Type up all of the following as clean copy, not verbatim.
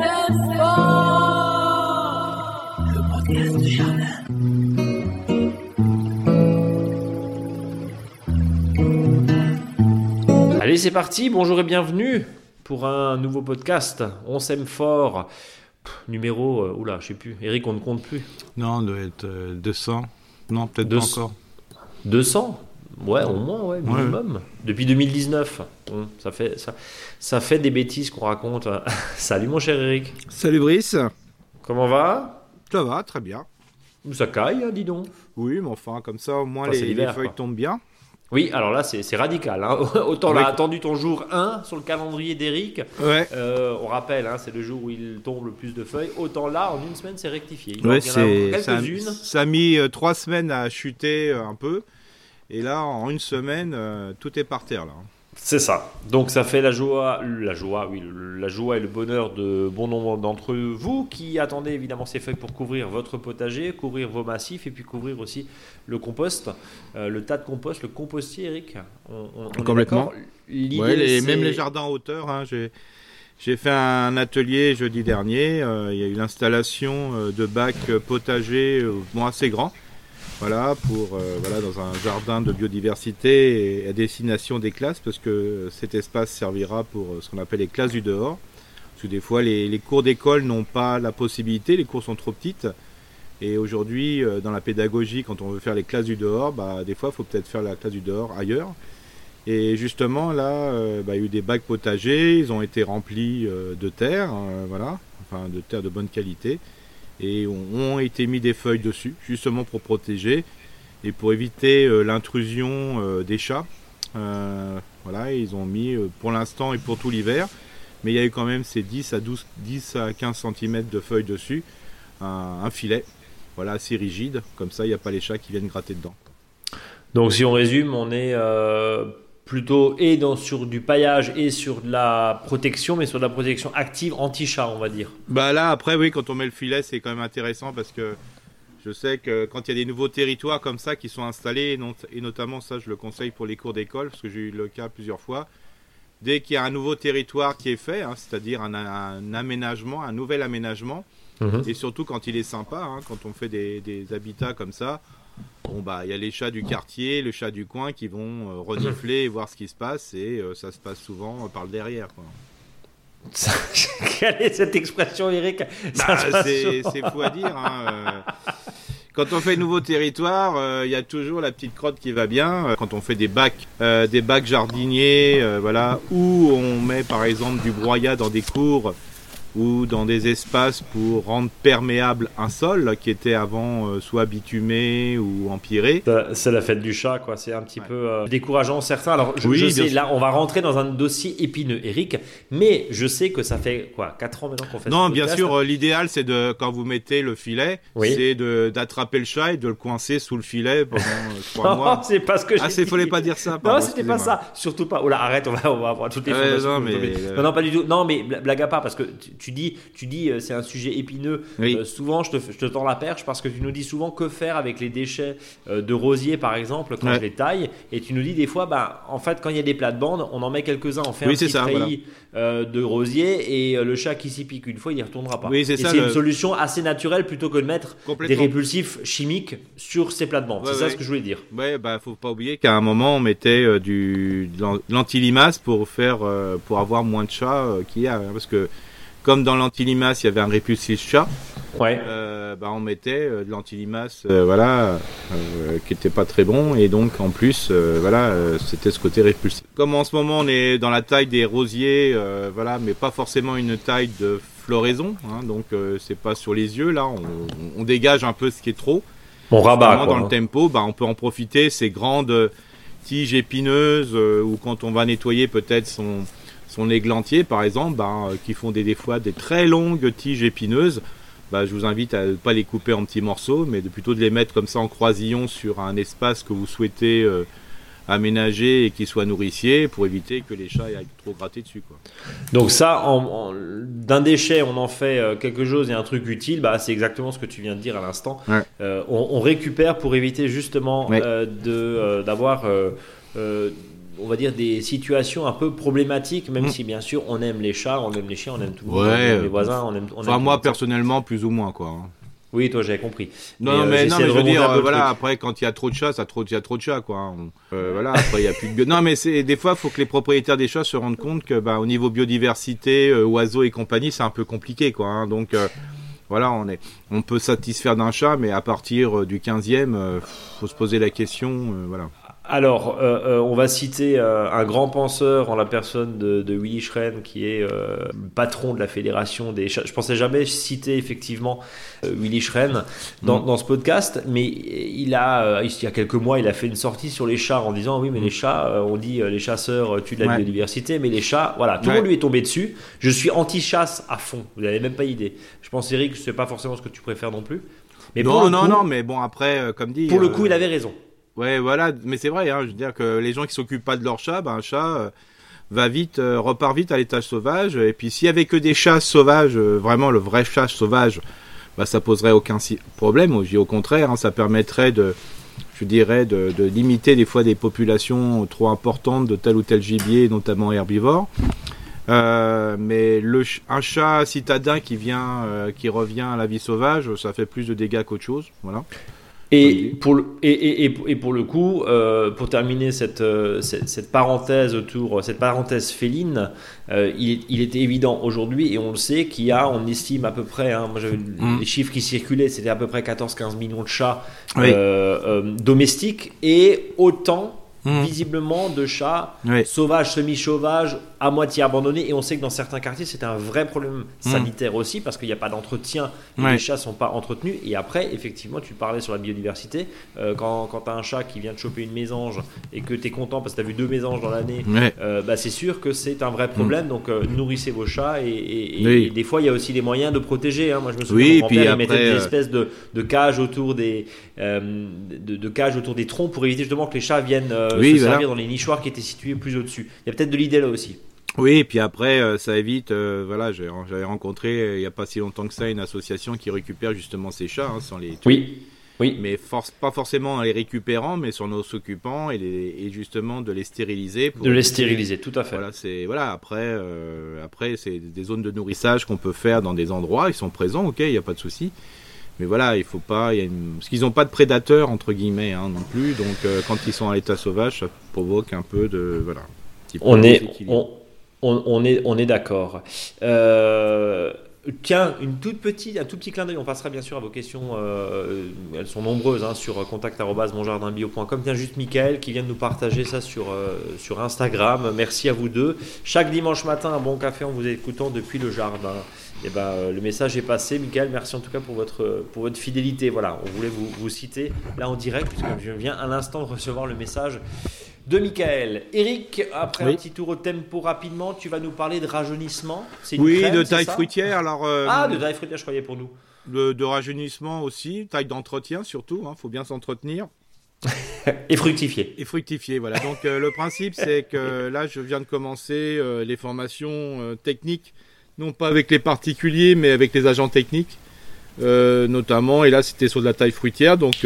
s'aime fort. Le podcast de jardin. Allez, c'est parti, bonjour et bienvenue pour un nouveau podcast. On s'aime fort. Numéro, je sais plus. Eric, on ne compte plus. Non, on doit être 200. Non, peut-être 200. pas encore. 200 ? Ouais, au moins, minimum. Ouais. Depuis 2019. Ça fait des bêtises qu'on raconte. Salut mon cher Eric. Salut Brice. Comment va ? Ça va, très bien. Ça caille, dis donc. Oui, mais enfin, comme ça, au moins les feuilles tombent bien. Oui, alors là, c'est radical. Hein. Autant là, attendu ton jour 1 sur le calendrier d'Eric. Ouais. On rappelle, c'est le jour où il tombe le plus de feuilles. Autant là, en une semaine, c'est rectifié. Ça a mis 3 semaines à chuter un peu. Et là, en une semaine, tout est par terre. Là. C'est ça. Donc ça fait la joie et le bonheur de bon nombre d'entre vous qui attendez évidemment ces feuilles pour couvrir votre potager, couvrir vos massifs et puis couvrir aussi le compost, le tas de compost, le compostier, Eric. On complètement. L'idée, même les jardins en hauteur. J'ai fait un atelier jeudi dernier. Il y a eu l'installation de bacs potagers assez grands. Voilà, dans un jardin de biodiversité et à destination des classes, parce que cet espace servira pour ce qu'on appelle les classes du dehors. Parce que des fois, les cours d'école n'ont pas la possibilité, les cours sont trop petites. Et aujourd'hui, dans la pédagogie, quand on veut faire les classes du dehors, des fois, il faut peut-être faire la classe du dehors ailleurs. Et justement, là, il y a eu des bacs potagers, ils ont été remplis de terre, de terre de bonne qualité. Et ont été mis des feuilles dessus, justement pour protéger et pour éviter l'intrusion des chats. Ils ont mis pour l'instant et pour tout l'hiver, mais il y a eu quand même ces 10 à 15 cm de feuilles dessus, un filet, assez rigide, comme ça il n'y a pas les chats qui viennent gratter dedans. Donc si on résume, on est plutôt sur du paillage et sur de la protection, mais sur de la protection active anti-chat, on va dire. Là, après, oui, quand on met le filet, c'est quand même intéressant parce que je sais que quand il y a des nouveaux territoires comme ça qui sont installés, et notamment ça, je le conseille pour les cours d'école, parce que j'ai eu le cas plusieurs fois, dès qu'il y a un nouveau territoire qui est fait, c'est-à-dire un aménagement, un nouvel aménagement, et surtout quand il est sympa, quand on fait des habitats comme ça, il y a les chats du quartier, les chats du coin qui vont renifler et voir ce qui se passe, et ça se passe souvent par le derrière, quoi. Quelle est cette expression, Eric ? C'est fou à dire. Quand on fait nouveau territoire, il y a toujours la petite crotte qui va bien. Quand on fait des bacs jardiniers, où on met par exemple du broyat dans des cours ou dans des espaces pour rendre perméable un sol qui était avant soit bitumé ou empiré. C'est la fête du chat, quoi. C'est un petit peu décourageant certains. Alors je sais, là on va rentrer dans un dossier épineux, Eric, mais je sais que ça fait 4 ans maintenant qu'on fait Non, bien sûr, l'idéal c'est quand vous mettez le filet, c'est d'attraper le chat et de le coincer sous le filet pendant 3 mois. C'est pas ce que j'ai dit. Fallait pas dire ça. Pardon, non, c'était pas ça. Surtout pas. Oh là, arrête, on va avoir toutes les formations. Non, pas du tout. Non, mais blague à part, parce que tu dis c'est un sujet épineux. Oui. Souvent, je te tends la perche parce que tu nous dis souvent que faire avec les déchets de rosier, par exemple, quand je les taille. Et tu nous dis des fois, en fait, quand il y a des plates-bandes, on en met quelques-uns, on fait un petit treillis de rosier et le chat qui s'y pique une fois, il n'y retournera pas. Oui, c'est une solution assez naturelle plutôt que de mettre des répulsifs chimiques sur ces plates-bandes. C'est ça ce que je voulais dire. Ouais, faut pas oublier qu'à un moment, on mettait de l'antilimace pour avoir moins de chats qu'il y a. Parce que comme dans l'antilimace, il y avait un répulsif chat, on mettait de l'antilimace qui était pas très bon, et donc en plus c'était ce côté répulsif. Comme en ce moment on est dans la taille des rosiers, mais pas forcément une taille de floraison, donc c'est pas sur les yeux, là on dégage un peu ce qui est trop. On rabat dans le tempo, on peut en profiter, ces grandes tiges épineuses, ou quand on va nettoyer peut-être son églantier par exemple, qui font des fois des très longues tiges épineuses, je vous invite à ne pas les couper en petits morceaux, mais plutôt de les mettre comme ça en croisillon sur un espace que vous souhaitez aménager et qui soit nourricier, pour éviter que les chats aillent trop gratter dessus, quoi. Donc ça, d'un déchet, on en fait quelque chose et un truc utile, c'est exactement ce que tu viens de dire à l'instant. Ouais. On récupère pour éviter justement d'avoir on va dire des situations un peu problématiques, même si bien sûr on aime les chats, on aime les chiens, on aime tout le monde, on aime les voisins, on aime. Moi personnellement, plus ou moins quoi. Oui, toi j'avais compris. Mais je veux dire, après quand il y a trop de chats, il y a trop de chats quoi. Après il y a plus de non mais des fois il faut que les propriétaires des chats se rendent compte que au niveau biodiversité, oiseaux et compagnie, c'est un peu compliqué quoi. Donc on peut satisfaire d'un chat, mais à partir du 15e, faut se poser la question, voilà. Alors, on va citer un grand penseur en la personne de Willy Schren, qui est le patron de la fédération des chats. Je pensais jamais citer effectivement Willy Schren dans ce podcast, mais il y a quelques mois, il a fait une sortie sur les chats en disant oui, mais les chats, on dit les chasseurs tuent de la biodiversité, mais les chats, voilà, tout le monde lui est tombé dessus. Je suis anti-chasse à fond. Vous n'avez même pas idée. Je pense, Eric, que c'est pas forcément ce que tu préfères non plus. Mais non, mais bon après, comme dit. Pour le coup, il avait raison. Ouais, voilà, mais c'est vrai, je veux dire que les gens qui s'occupent pas de leur chat, un chat repart vite à l'état sauvage. Et puis s'il y avait que des chats sauvages, vraiment le vrai chat sauvage, ça poserait aucun problème. Au contraire, ça permettrait de limiter des fois des populations trop importantes de tel ou tel gibier, notamment herbivore. Mais un chat citadin qui revient à la vie sauvage, ça fait plus de dégâts qu'autre chose, voilà. Et pour le coup, pour terminer cette parenthèse cette parenthèse féline, il était évident aujourd'hui, et on le sait, on estime à peu près, moi j'avais les chiffres qui circulaient, c'était à peu près 14-15 millions de chats domestiques, et autant visiblement de chats sauvages, semi-sauvages, à moitié abandonnés. Et on sait que dans certains quartiers, c'est un vrai problème sanitaire aussi, parce qu'il n'y a pas d'entretien, les chats ne sont pas entretenus. Et après, effectivement, tu parlais sur la biodiversité, quand tu as un chat qui vient de choper une mésange et que tu es content parce que tu as vu 2 mésanges dans l'année, c'est sûr que c'est un vrai problème. Donc nourrissez vos chats, et des fois il y a aussi des moyens de protéger, moi je me souviens, mon grand-père il mettait des espèces de cages autour des cages autour des troncs pour éviter justement que les chats viennent servir dans les nichoirs qui étaient situés plus au-dessus. Il y a peut-être de l'idée là aussi. Oui, et puis après, ça évite. J'avais rencontré il n'y a pas si longtemps que ça une association qui récupère justement ces chats sans les tuer. Oui. Mais pas forcément en les récupérant, mais en s'occupant et justement de les stériliser. Tout à fait. Après, c'est des zones de nourrissage qu'on peut faire dans des endroits. Ils sont présents, il n'y a pas de souci. Mais voilà, il faut pas. Parce qu'ils n'ont pas de prédateurs entre guillemets non plus. Donc, quand ils sont à l'état sauvage, ça provoque un peu de On est d'accord. Tiens, un tout petit clin d'œil. On passera bien sûr à vos questions. Elles sont nombreuses sur contact@monjardinbio.com. Tiens, juste Michael qui vient de nous partager ça sur Instagram. Merci à vous deux. Chaque dimanche matin, un bon café en vous écoutant depuis le jardin. Et le message est passé. Michael, merci en tout cas pour votre fidélité. Voilà, on voulait vous citer là en direct, puisque je viens à l'instant de recevoir le message de Michael. Eric, après un petit tour au tempo rapidement, tu vas nous parler de rajeunissement. C'est une crème, de taille fruitière. Alors, de taille fruitière, je croyais pour nous. De rajeunissement aussi, taille d'entretien surtout, faut bien s'entretenir. Et fructifier. Voilà. Donc le principe, c'est que là, je viens de commencer les formations techniques, non pas avec les particuliers, mais avec les agents techniques, notamment. Et là, c'était sur de la taille fruitière, donc...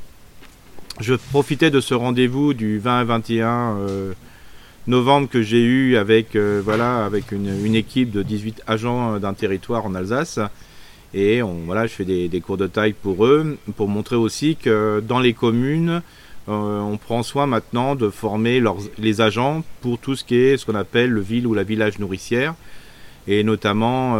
je profitais de ce rendez-vous du 20 et 21 novembre que j'ai eu avec une équipe de 18 agents d'un territoire en Alsace. Et je fais des cours de taille pour eux, pour montrer aussi que dans les communes, on prend soin maintenant de former les agents pour tout ce qui est ce qu'on appelle le ville ou la village nourricière. Et notamment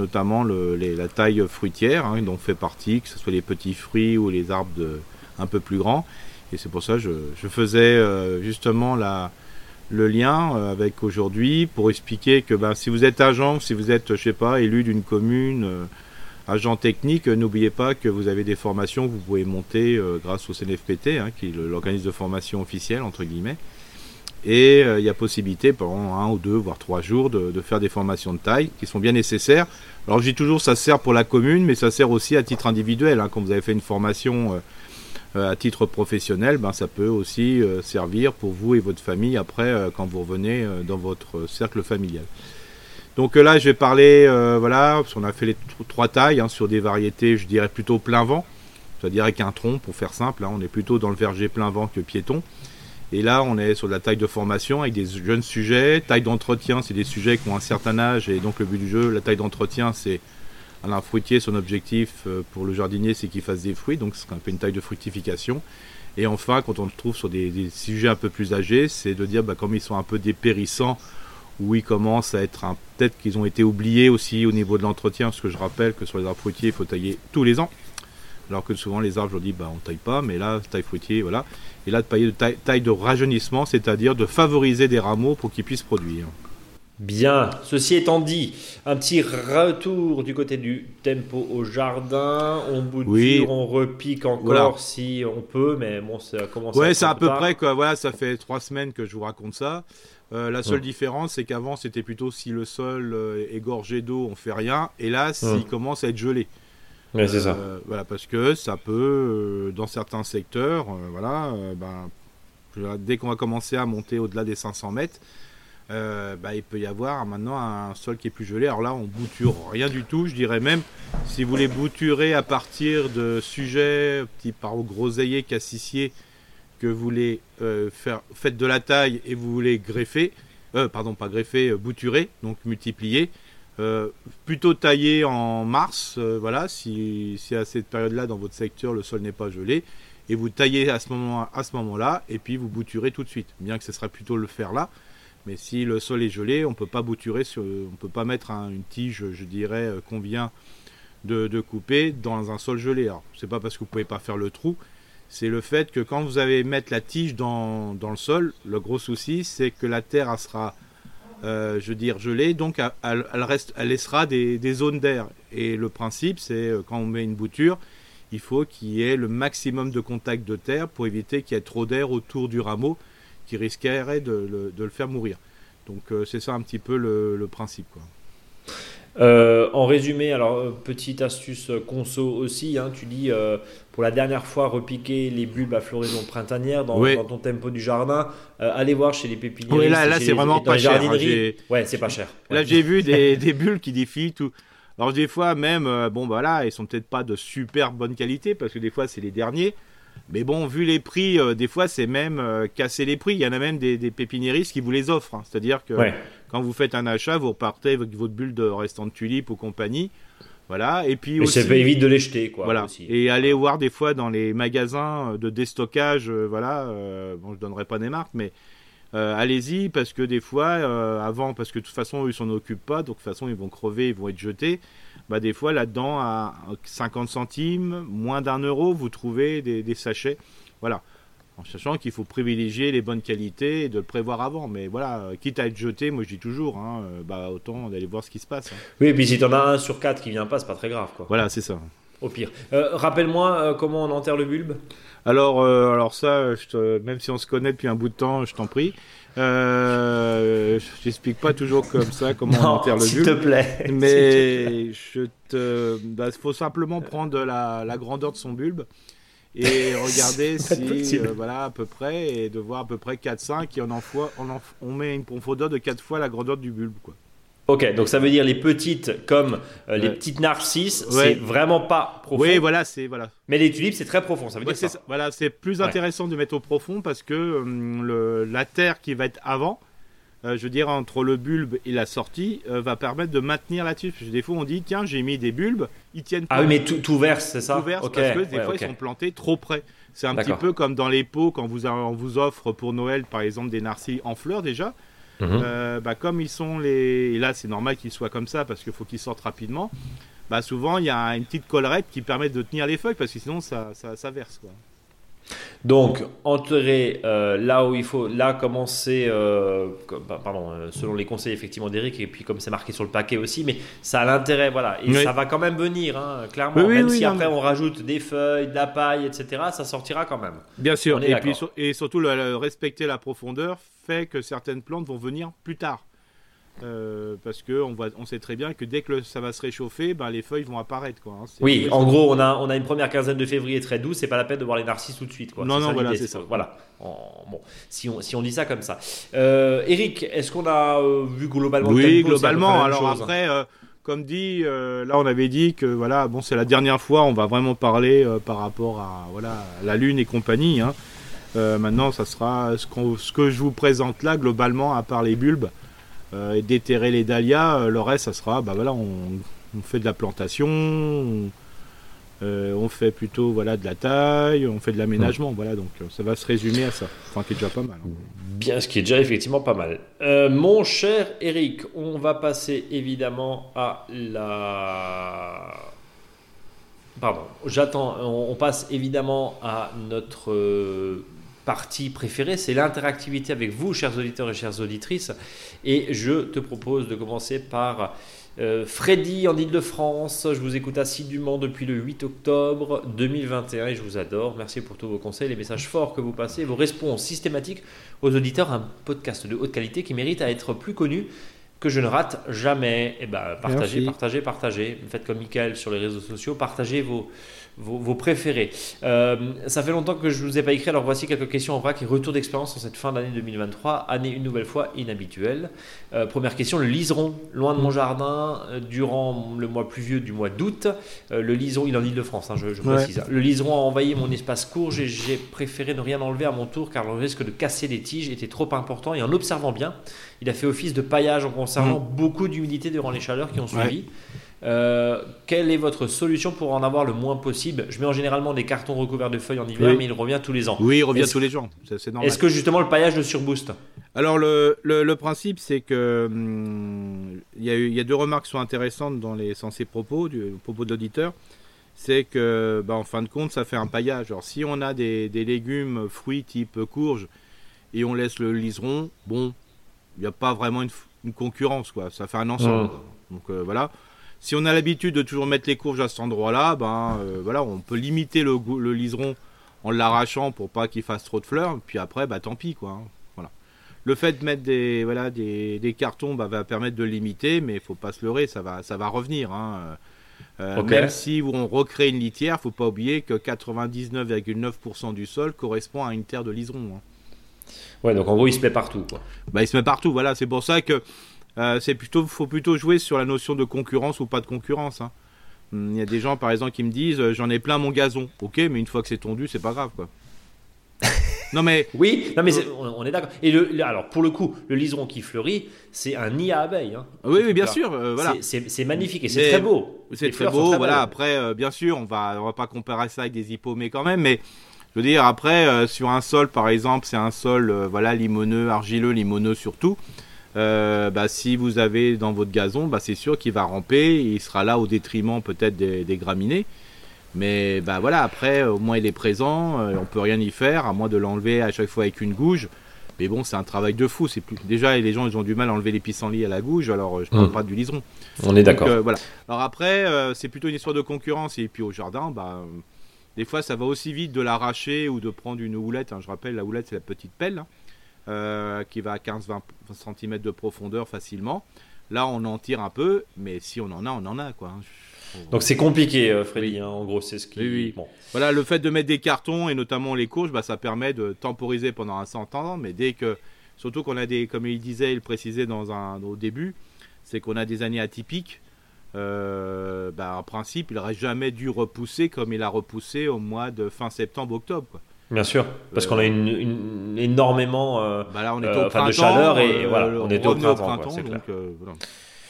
la taille fruitière, dont fait partie, que ce soit les petits fruits ou les arbres un peu plus grand, et c'est pour ça que je faisais justement le lien avec aujourd'hui pour expliquer que si vous êtes agent, si vous êtes élu d'une commune, agent technique, n'oubliez pas que vous avez des formations que vous pouvez monter grâce au CNFPT, qui est l'organisme de formation officiel entre guillemets, et il y a possibilité pendant 1 ou 2 voire 3 jours de faire des formations de taille qui sont bien nécessaires. Alors je dis toujours ça sert pour la commune, mais ça sert aussi à titre individuel, quand vous avez fait une formation à titre professionnel, ça peut aussi servir pour vous et votre famille après quand vous revenez dans votre cercle familial. Donc là je vais parler, parce qu'on a fait les 3 tailles sur des variétés, je dirais plutôt plein vent, c'est-à-dire avec un tronc pour faire simple, on est plutôt dans le verger plein vent que piéton. Et là, on est sur de la taille de formation avec des jeunes sujets. Taille d'entretien, c'est des sujets qui ont un certain âge. Et donc, le but du jeu, la taille d'entretien, c'est un fruitier. Son objectif pour le jardinier, c'est qu'il fasse des fruits. Donc, c'est un peu une taille de fructification. Et enfin, quand on le trouve sur des sujets un peu plus âgés, c'est de dire, comme ils sont un peu dépérissants, où ils commencent à être peut-être qu'ils ont été oubliés aussi au niveau de l'entretien. Parce que je rappelle que sur les arbres fruitiers, il faut tailler tous les ans. Alors que souvent les arbres, je dis, on ne taille pas, mais là, taille fruitier, voilà. Et là, de tailler de taille de rajeunissement, c'est-à-dire de favoriser des rameaux pour qu'ils puissent produire. Bien, ceci étant dit, un petit retour du côté du tempo au jardin, on bouture, on repique encore si on peut, mais bon, ça commence à être c'est à peu près, quoi. Voilà, ça fait 3 semaines que je vous raconte ça. La seule différence, c'est qu'avant, c'était plutôt si le sol est gorgé d'eau, on fait rien, et là, s'il commence à être gelé. Ouais, c'est ça. Voilà, parce que ça peut, dans certains secteurs, dès qu'on va commencer à monter au-delà des 500 mètres, il peut y avoir maintenant un sol qui est plus gelé. Alors là, on bouture rien du tout. Je dirais même, si vous voulez bouturer à partir de sujets, type par groseillier, cassissier, que vous voulez faites de la taille et vous voulez greffer, bouturer, donc multiplier. Plutôt taillé en mars, si à cette période-là dans votre secteur le sol n'est pas gelé, et vous taillez à ce moment-là, et puis vous bouturez tout de suite. Bien que ce sera plutôt le faire là, mais si le sol est gelé, on peut pas bouturer, on peut pas mettre une tige, je dirais, qu'on vient de couper dans un sol gelé. Alors, c'est pas parce que vous pouvez pas faire le trou, c'est le fait que quand vous allez mettre la tige dans le sol, le gros souci, c'est que la terre elle sera gelée, donc elle laissera des zones d'air. Et le principe, c'est quand on met une bouture, il faut qu'il y ait le maximum de contact de terre pour éviter qu'il y ait trop d'air autour du rameau qui risquerait de le faire mourir. Donc c'est ça un petit peu le principe, quoi. En résumé, alors petite astuce conso aussi, tu dis pour la dernière fois repiquer les bulbes à floraison printanière dans ton tempo du jardin, allez voir chez les pépiniéristes. Oui, là c'est vraiment pas cher. C'est pas cher. Là j'ai vu des bulbes qui défient tout. Alors des fois même, ils sont peut-être pas de super bonne qualité parce que des fois c'est les derniers. Mais bon, vu les prix, des fois c'est même casser les prix. Il y en a même des pépiniéristes qui vous les offrent. C'est-à-dire que quand vous faites un achat, vous repartez avec votre bulle de restant de tulipes ou compagnie. Voilà. Et puis aussi, ça évite de les jeter, quoi. Voilà. Aussi. Et aller voir des fois dans les magasins de déstockage. Je donnerai pas des marques, mais allez-y parce que des fois, parce que de toute façon eux ils s'en occupent pas, donc de toute façon ils vont crever, ils vont être jetés. Des fois là-dedans à 50 centimes, moins d'€1, vous trouvez des sachets. Voilà. En sachant qu'il faut privilégier les bonnes qualités et de le prévoir avant. Mais voilà, quitte à être jeté, moi je dis toujours, autant d'aller voir ce qui se passe. Oui, et puis si tu en as 1 sur 4 qui vient pas, c'est pas très grave, quoi. Voilà, c'est ça. Au pire. Rappelle-moi comment on enterre le bulbe. Alors ça, même si on se connaît depuis un bout de temps, je t'en prie. Je t'explique pas toujours comme ça comment on enterre le bulbe. S'il te plaît. Mais faut simplement prendre la grandeur de son bulbe et regarder si à peu près, et de voir à peu près 4-5 et on met une profondeur de 4 fois la grandeur du bulbe, quoi. Ok, donc ça veut dire les petites comme les petites narcisses, c'est vraiment pas profond. Oui, voilà. Mais les tulipes, c'est très profond, ça veut dire ça. Voilà, c'est plus intéressant de mettre au profond parce que la terre qui va être avant, entre le bulbe et la sortie, va permettre de maintenir la tige. Parce que des fois, on dit, tiens, j'ai mis des bulbes, ils tiennent pas. Ah oui, mais tout verse, c'est ça? Tout verse, parce que des fois, ils sont plantés trop près. C'est un petit peu comme dans les pots, quand on vous offre pour Noël, par exemple, des narcisses en fleurs déjà. Comme ils sont et là c'est normal qu'ils soient comme ça parce qu'il faut qu'ils sortent rapidement, souvent il y a une petite collerette qui permet de tenir les feuilles parce que sinon ça verse, quoi. Donc enterrer là où il faut, là commencer selon les conseils effectivement d'Eric, et puis comme c'est marqué sur le paquet aussi, mais ça a l'intérêt, voilà, et ça va quand même venir, clairement, après on rajoute des feuilles, de la paille, etc., ça sortira quand même. Bien sûr, et surtout respecter la profondeur fait que certaines plantes vont venir plus tard. Parce que on sait très bien que dès que ça va se réchauffer, les feuilles vont apparaître, quoi. Oui, en gros, on a une première quinzaine de février très douce, c'est pas la peine de voir les narcisses tout de suite, quoi. C'est ça. Voilà. Si on dit ça comme ça. Eric, est-ce qu'on a vu globalement? Oui, globalement. Alors après, comme dit, là on avait dit que c'est la dernière fois, on va vraiment parler par rapport à la Lune et compagnie. Maintenant, ça sera ce que je vous présente là, globalement, à part les bulbes, et déterrer les dahlias, le reste, ça sera, on fait de la plantation, on fait plutôt de la taille, on fait de l'aménagement, donc ça va se résumer à ça, qui est déjà pas mal. Bien, ce qui est déjà effectivement pas mal. Mon cher Eric, on va passer évidemment à la... Pardon, on passe évidemment à notre partie préférée, c'est l'interactivité avec vous, chers auditeurs et chères auditrices. Et je te propose de commencer par Freddy en Ile-de-France. Je vous écoute assidûment depuis le 8 octobre 2021 et je vous adore. Merci pour tous vos conseils, les messages forts que vous passez, vos réponses systématiques aux auditeurs. Un podcast de haute qualité qui mérite à être plus connu, que je ne rate jamais. Partagez. Faites comme Michael sur les réseaux sociaux, partagez vos préférés. Ça fait longtemps que je ne vous ai pas écrit, alors voici quelques questions en vrac et retour d'expérience en cette fin d'année 2023, année une nouvelle fois inhabituelle. Première question, le liseron, loin de mon jardin, durant le mois pluvieux du mois d'août. Le liseron, il est en Ile-de-France, je précise. Le liseron a envahi mon espace courge et j'ai préféré ne rien enlever à mon tour car le risque de casser les tiges était trop important et en observant bien, il a fait office de paillage en conservant beaucoup d'humidité durant les chaleurs qui ont suivi. Quelle est votre solution pour en avoir le moins possible? Je mets généralement des cartons recouverts de feuilles en hiver, mais il revient tous les ans. Oui, il revient tous les ans, c'est normal. Est-ce que justement le paillage le surbooste? Alors le principe, c'est que il y a deux remarques qui sont intéressantes dans les censés propos de l'auditeur. C'est que en fin de compte, ça fait un paillage. Alors si on a des légumes, fruits type courge et on laisse le liseron, il n'y a pas vraiment une concurrence, quoi. Ça fait un ensemble. Donc voilà. Si on a l'habitude de toujours mettre les courges à cet endroit-là, on peut limiter le liseron en l'arrachant pour pas qu'il fasse trop de fleurs. Puis après, tant pis, quoi. Voilà. Le fait de mettre des cartons va permettre de le limiter, mais il faut pas se leurrer, ça va revenir. Même si on recrée une litière, faut pas oublier que 99,9% du sol correspond à une terre de liseron. Ouais, donc en gros, il se met partout, quoi. Il se met partout, voilà. C'est pour ça que faut plutôt jouer sur la notion de concurrence ou pas de concurrence. Il y a des gens, par exemple, qui me disent j'en ai plein mon gazon. Ok, mais une fois que c'est tondu, c'est pas grave, quoi. Non mais oui, on est d'accord. Et alors pour le coup, le liseron qui fleurit, c'est un nid à abeilles. Oui, bien sûr. Voilà. C'est magnifique et c'est très beau. C'est très beau. Voilà. Après, bien sûr, on va pas comparer ça avec des hippomées quand même, mais je veux dire après sur un sol, par exemple, c'est un sol limoneux, argileux, limoneux surtout. Si vous avez dans votre gazon, c'est sûr qu'il va ramper, il sera là au détriment peut-être des graminées. Mais après, au moins il est présent, on peut rien y faire, à moins de l'enlever à chaque fois avec une gouge. Mais bon, c'est un travail de fou. Déjà, les gens ils ont du mal à enlever les pissenlits à la gouge, alors je parle pas du liseron. On est d'accord. Voilà. Alors après, c'est plutôt une histoire de concurrence. Et puis au jardin, des fois ça va aussi vite de l'arracher ou de prendre une houlette. Je rappelle, la houlette c'est la petite pelle. Qui va à 15-20 cm de profondeur facilement. Là, on en tire un peu, mais si on en a, quoi. Donc c'est compliqué, Freddy. En gros, c'est ce qui. Oui. Bon. Voilà, le fait de mettre des cartons et notamment les courges, ça permet de temporiser pendant un certain temps. Mais dès que, surtout qu'on a comme il précisait au début, c'est qu'on a des années atypiques. En principe, il n'aurait jamais dû repousser comme il a repoussé au mois de fin septembre-octobre, quoi. Bien sûr, parce qu'on a énormément là, on était au printemps, de chaleur et on était au printemps. Donc, voilà.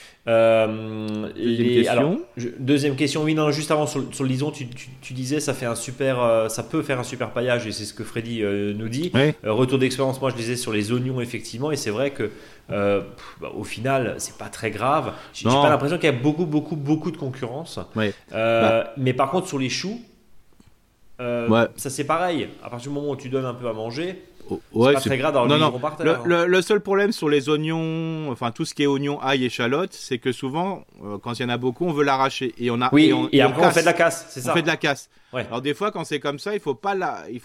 Deuxième question, oui, non, juste avant sur le lison, tu disais ça peut faire un super paillage et c'est ce que Freddy nous dit. Oui. Retour d'expérience, moi je disais sur les oignons effectivement et c'est vrai que au final c'est pas très grave. J'ai pas l'impression qu'il y a beaucoup de concurrence. Oui. Mais par contre sur les choux. Ça c'est pareil, à partir du moment où tu donnes un peu à manger, c'est pas très grave d'avoir le liseron par terre. Le seul problème sur les oignons, enfin tout ce qui est oignons, ail, échalotes, c'est que souvent, quand il y en a beaucoup, on veut l'arracher. Et après on fait de la casse, c'est ça. On fait de la casse. Ouais. Alors des fois quand c'est comme ça, il faut pas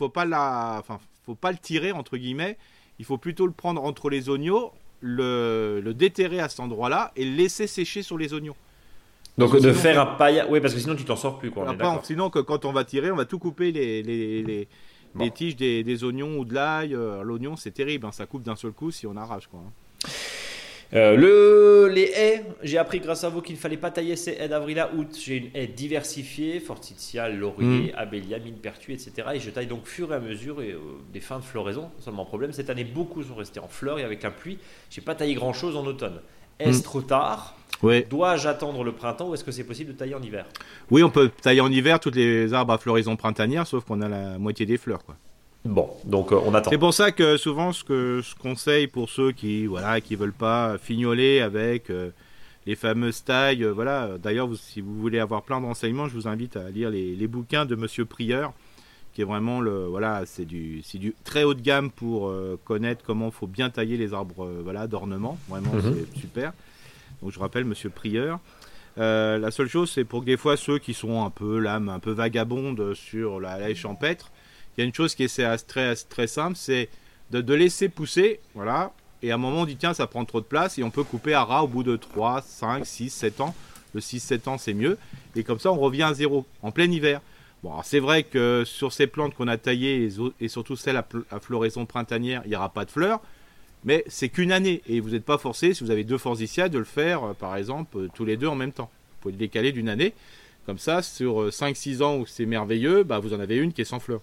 le tirer entre guillemets, il faut plutôt le prendre entre les oignons, le déterrer à cet endroit-là et le laisser sécher sur les oignons. Donc de faire un paillage, oui, parce que sinon tu t'en sors plus, quoi. Sinon que quand on va tirer, on va tout couper les tiges des oignons ou de l'ail. L'oignon c'est terrible, ça coupe d'un seul coup si on arrache, quoi. Les haies, j'ai appris grâce à vous qu'il ne fallait pas tailler ces haies d'avril à août. J'ai une haie diversifiée, forsythia, laurier, abélia, millepertuis, etc. Et je taille donc fur et à mesure des fins de floraison. Seulement problème, cette année, beaucoup sont restés en fleurs et avec la pluie, j'ai pas taillé grand-chose en automne. Est-ce trop tard ? Oui. Dois-je attendre le printemps ou est-ce que c'est possible de tailler en hiver ? Oui, on peut tailler en hiver tous les arbres à floraison printanière, sauf qu'on a la moitié des fleurs, quoi. Bon, donc on attend. C'est pour ça que souvent, ce que je conseille pour ceux qui veulent pas fignoler avec les fameuses tailles, voilà. D'ailleurs, si vous voulez avoir plein de renseignements, je vous invite à lire les bouquins de Monsieur Prieur, qui est vraiment c'est du très haut de gamme pour connaître comment il faut bien tailler les arbres, d'ornement. Vraiment, c'est super. Donc, je rappelle Monsieur Prieur. La seule chose, c'est pour que des fois ceux qui sont un peu l'âme un peu vagabonde sur la haie champêtre, il y a une chose qui est très, très simple, c'est de laisser pousser, voilà, et à un moment on dit tiens ça prend trop de place et on peut couper à ras au bout de 3, 5, 6, 7 ans. Le 6-7 ans c'est mieux, et comme ça on revient à zéro, en plein hiver. Bon, alors c'est vrai que sur ces plantes qu'on a taillées, et surtout celles à floraison printanière, il n'y aura pas de fleurs, mais c'est qu'une année, et vous n'êtes pas forcé, si vous avez 2 forsythias, de le faire par exemple tous les 2 en même temps. Vous pouvez le décaler d'une année, comme ça sur 5-6 ans où c'est merveilleux, vous en avez une qui est sans fleurs.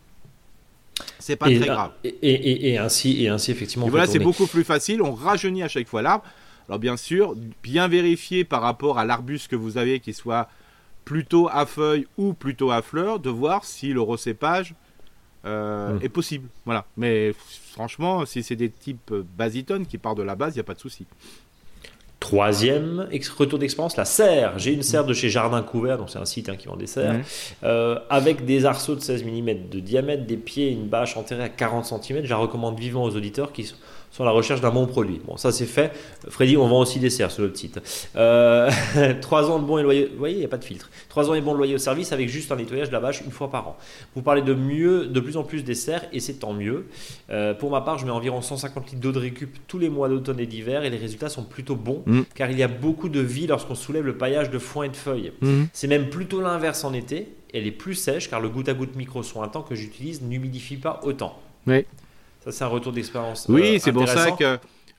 C'est pas très grave. Et ainsi effectivement. Et voilà, c'est beaucoup plus facile. On rajeunit à chaque fois l'arbre. Alors bien sûr, bien vérifier par rapport à l'arbuste que vous avez, qu'il soit plutôt à feuilles ou plutôt à fleurs, de voir si le recépage est possible. Voilà. Mais franchement, si c'est des types basitones qui partent de la base, il n'y a pas de souci. Troisième retour d'expérience, la serre. J'ai une serre de chez Jardin Couvert, donc c'est un site qui vend des serres, avec des arceaux de 16 mm de diamètre, des pieds et une bâche enterrée à 40 cm. Je la recommande vivement aux auditeurs qui sont à la recherche d'un bon produit. Bon, ça c'est fait. Freddy, on vend aussi des serres sur notre site. 3 ans de bon et loyer. Vous voyez, il n'y a pas de filtre. 3 ans et bon de loyer au service avec juste un nettoyage de la bâche une fois par an. Vous parlez de plus en plus des serres et c'est tant mieux. Pour ma part, je mets environ 150 litres d'eau de récup tous les mois d'automne et d'hiver et les résultats sont plutôt bons car il y a beaucoup de vie lorsqu'on soulève le paillage de foin et de feuilles. C'est même plutôt l'inverse en été. Elle est plus sèche car le goutte à goutte micro-sointant que j'utilise n'humidifie pas autant. Oui. Ça, c'est un retour d'expérience. Oui, c'est pour ça que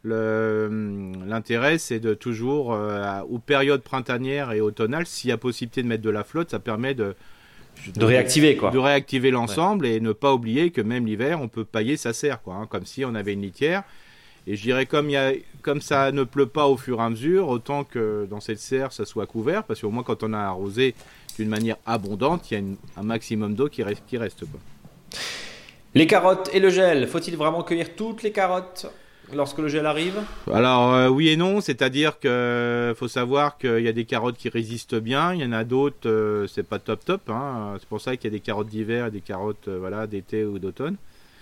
l'intérêt, c'est de toujours, aux périodes printanières et automnales, s'il y a possibilité de mettre de la flotte, ça permet de réactiver, quoi. De réactiver l'ensemble et ne pas oublier que même l'hiver, on peut pailler sa serre, quoi, comme si on avait une litière. Et je dirais, comme ça ne pleut pas au fur et à mesure, autant que dans cette serre, ça soit couvert, parce qu'au moins, quand on a arrosé d'une manière abondante, il y a un maximum d'eau qui reste, quoi. Les carottes et le gel, faut-il vraiment cueillir toutes les carottes lorsque le gel arrive ? Alors oui et non, c'est-à-dire qu'il faut savoir qu'il y a des carottes qui résistent bien, il y en a d'autres, c'est pas top, hein. C'est pour ça qu'il y a des carottes d'hiver et des carottes d'été ou d'automne.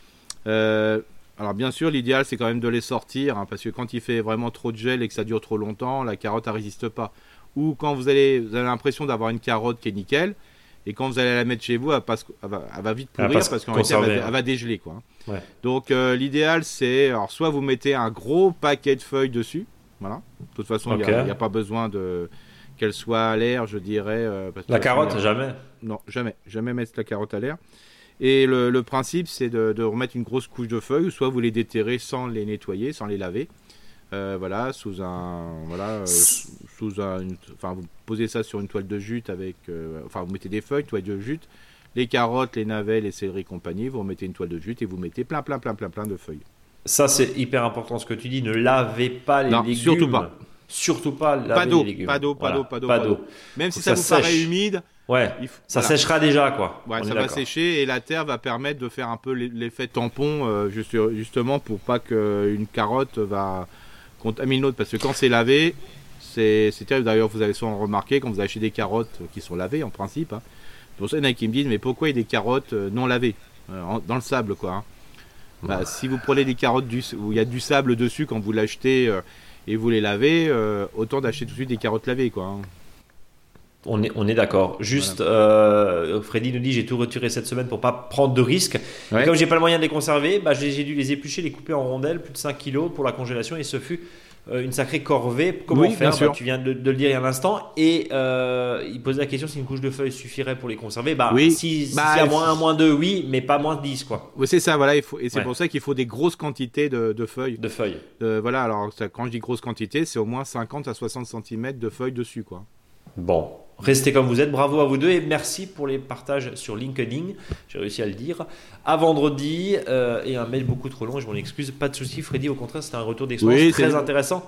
Alors bien sûr, l'idéal c'est quand même de les sortir, hein, parce que quand il fait vraiment trop de gel et que ça dure trop longtemps, la carotte elle résiste pas. Ou quand vous avez l'impression d'avoir une carotte qui est nickel, et quand vous allez la mettre chez vous, elle va vite pourrir parce qu'en réalité, elle va dégeler, quoi. Ouais. Donc l'idéal, c'est soit vous mettez un gros paquet de feuilles dessus, voilà. De toute façon, il n'y a pas besoin qu'elle soit à l'air, je dirais. La carotte, jamais. Non, jamais mettre la carotte à l'air. Et le principe, c'est de remettre une grosse couche de feuilles, ou soit vous les déterrez sans les nettoyer, sans les laver. Vous posez ça sur une toile de jute vous mettez des feuilles, toile de jute, les carottes, les navets, les céleris, compagnie, vous remettez une toile de jute et vous mettez plein de feuilles. Ça c'est hyper important ce que tu dis, ne lavez pas les légumes. Surtout pas laver les légumes. Pas d'eau. Même si ça vous sèche. Paraît humide, séchera déjà, quoi. Ouais, ça va sécher et la terre va permettre de faire un peu l'effet tampon, justement pour pas qu'une carotte va contamine l'autre, parce que quand c'est lavé, c'est terrible. D'ailleurs, vous avez souvent remarqué quand vous achetez des carottes qui sont lavées en principe, hein. Pour ça, il y en a qui me disent mais pourquoi il y a des carottes non lavées dans le sable, quoi, hein. Si vous prenez des carottes où il y a du sable dessus quand vous l'achetez et vous les lavez, autant d'acheter tout de suite des carottes lavées, quoi, hein. On est d'accord. Juste, Freddy nous dit j'ai tout retiré cette semaine pour pas prendre de risques. Ouais. Et comme j'ai pas le moyen de les conserver, j'ai dû les éplucher, les couper en rondelles, plus de 5 kg pour la congélation, et ce fut une sacrée corvée. Comment faire tu viens de le dire il y a un instant. Et il posait la question si une couche de feuilles suffirait pour les conserver. S'il y a moins 2, oui, mais pas moins de 10, quoi. Oui, c'est ça, voilà. C'est pour ça qu'il faut des grosses quantités de feuilles. De feuilles. Voilà, alors quand je dis grosse quantité, c'est au moins 50 à 60 cm de feuilles dessus, quoi. Bon, restez comme vous êtes, bravo à vous deux et merci pour les partages sur LinkedIn, j'ai réussi à le dire. À vendredi, et un mail beaucoup trop long, je m'en excuse, pas de souci Freddy, au contraire c'était un retour d'expérience très intéressant.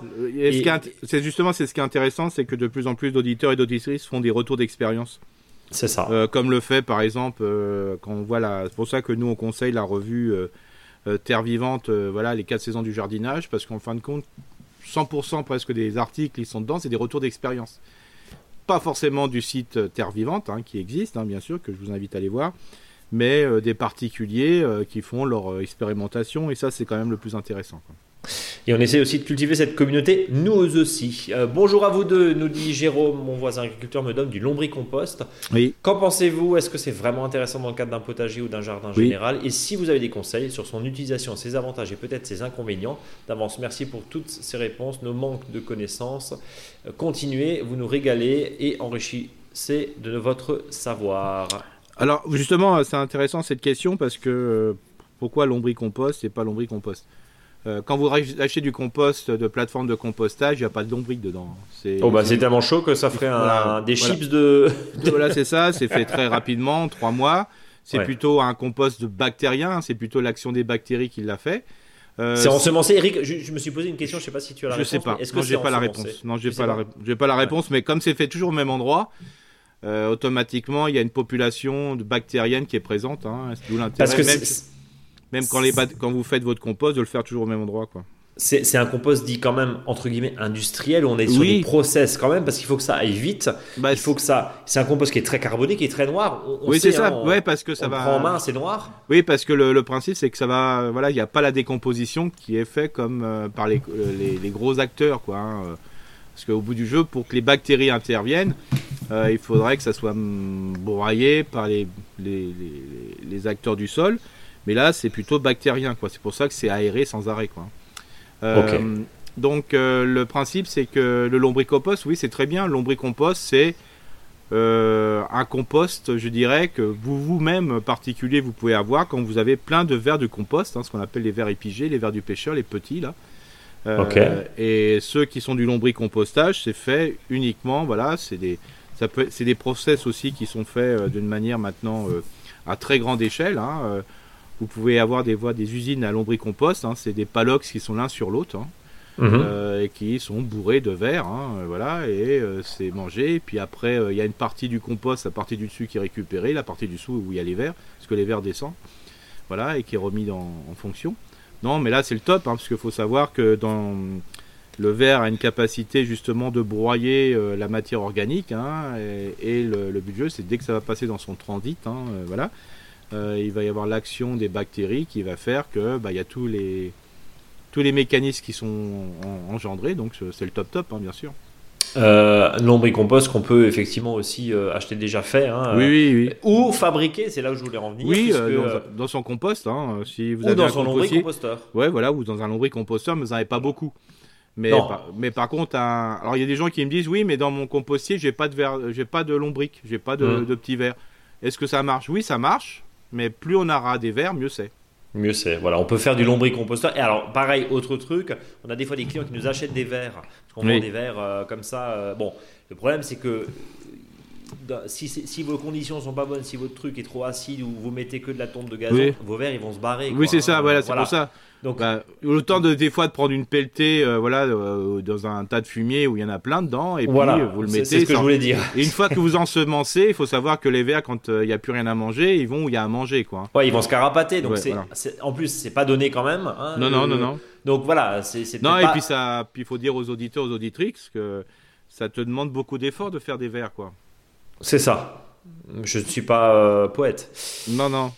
C'est ce qui est intéressant, c'est que de plus en plus d'auditeurs et d'auditrices font des retours d'expérience. C'est ça. Comme le fait par exemple, quand on voit c'est pour ça que nous on conseille la revue Terre Vivante, les 4 saisons du jardinage, parce qu'en fin de compte, 100% presque des articles ils sont dedans, c'est des retours d'expérience. Pas forcément du site Terre Vivante, qui existe, bien sûr, que je vous invite à aller voir, mais des particuliers qui font leur expérimentation, et ça, c'est quand même le plus intéressant, quoi. Et on essaie aussi de cultiver cette communauté, nous aussi. Bonjour à vous deux, nous dit Jérôme, mon voisin agriculteur me donne du lombricompost. Oui. Qu'en pensez-vous ? Est-ce que c'est vraiment intéressant dans le cadre d'un potager ou d'un jardin général ? Et si vous avez des conseils sur son utilisation, ses avantages et peut-être ses inconvénients, d'avance, merci pour toutes ces réponses, nos manques de connaissances. Continuez, vous nous régalez et enrichissez de votre savoir. Alors justement, c'est intéressant cette question parce que pourquoi lombricompost et pas lombricompost ? Quand vous achetez du compost de plateforme de compostage, il n'y a pas de lombric dedans. C'est tellement chaud que ça ferait des chips de... Voilà, c'est ça. C'est fait très rapidement, 3 mois. C'est plutôt un compost de bactérien. C'est plutôt l'action des bactéries qui l'a fait. C'est ensemencé. Eric, je me suis posé une question. Je ne sais pas si tu as la réponse. Je ne sais pas. Est-ce que j'ai pas la réponse. Non, j'ai pas la réponse. Mais comme c'est fait toujours au même endroit, automatiquement, il y a une population de bactérienne qui est présente. D'où l'intérêt. Parce que même quand vous faites votre compost, de le faire toujours au même endroit, quoi. C'est un compost dit quand même entre guillemets industriel où on est sur des process quand même parce qu'il faut que ça aille vite. Il faut que ça. C'est un compost qui est très carboné, qui est très noir. C'est ça. Parce que ça va. On prend en main, c'est noir. Oui, parce que le principe c'est que ça va. Voilà, il n'y a pas la décomposition qui est fait comme par les gros acteurs, quoi. Parce qu'au bout du jeu, pour que les bactéries interviennent, il faudrait que ça soit broyé par les acteurs du sol. Mais là, c'est plutôt bactérien, quoi. C'est pour ça que c'est aéré sans arrêt, quoi. Donc, le principe, c'est que le lombricompost, oui, c'est très bien. Le lombricompost, c'est un compost, je dirais, que vous-même, particulier, vous pouvez avoir quand vous avez plein de vers de compost, ce qu'on appelle les vers épigés, les vers du pêcheur, les petits, là. Et ceux qui sont du lombricompostage, c'est fait uniquement, c'est des process aussi qui sont faits d'une manière maintenant à très grande échelle, Vous pouvez avoir des usines à lombricompost, c'est des palox qui sont l'un sur l'autre, et qui sont bourrés de verre, et c'est mangé. Et puis après, il y a une partie du compost, la partie du dessus qui est récupérée, la partie du dessous où il y a les vers, parce que les vers descendent, et qui est remis en fonction. Non, mais là c'est le top, parce qu'il faut savoir que le verre a une capacité justement de broyer la matière organique, et le but du jeu, c'est dès que ça va passer dans son transit, il va y avoir l'action des bactéries qui va faire que il y a tous les mécanismes qui sont engendrés, donc c'est le top, bien sûr. Lombricompost qu'on peut effectivement aussi acheter déjà fait, oui. Ou fabriquer, c'est là où je voulais en venir. Oui, dans son compost, si vous ou avez dans son lombricomposteur. Ouais, voilà, ou dans un lombricomposteur, mais vous n'en avez pas beaucoup. Mais par contre, alors il y a des gens qui me disent oui, mais dans mon compostier, j'ai pas de verre, j'ai pas de lombric, j'ai pas de petits vers. Est-ce que ça marche ? Oui, ça marche. Mais plus on aura des vers, mieux c'est. Mieux c'est. Voilà, on peut faire du lombricomposteur. Et alors, pareil, autre truc, on a des fois des clients qui nous achètent des vers. Parce qu'on vend des vers comme ça. Bon, le problème, c'est que si vos conditions sont pas bonnes, si votre truc est trop acide ou vous mettez que de la tonte de gazon, vos vers, ils vont se barrer. Oui, c'est ça, c'est pour ça. Donc, le temps des fois de prendre une pelletée dans un tas de fumier où il y en a plein dedans, et puis vous le mettez. C'est ce que je voulais dire. Et une fois que vous ensemencez, il faut savoir que les vers, quand il n'y a plus rien à manger, ils vont où il y a à manger, quoi. Ouais, ils vont se carapater. Donc en plus, c'est pas donné quand même. Non. Donc voilà, et puis il faut dire aux auditeurs, aux auditrices que ça te demande beaucoup d'efforts de faire des vers, quoi. C'est ça. Je ne suis pas poète. Non.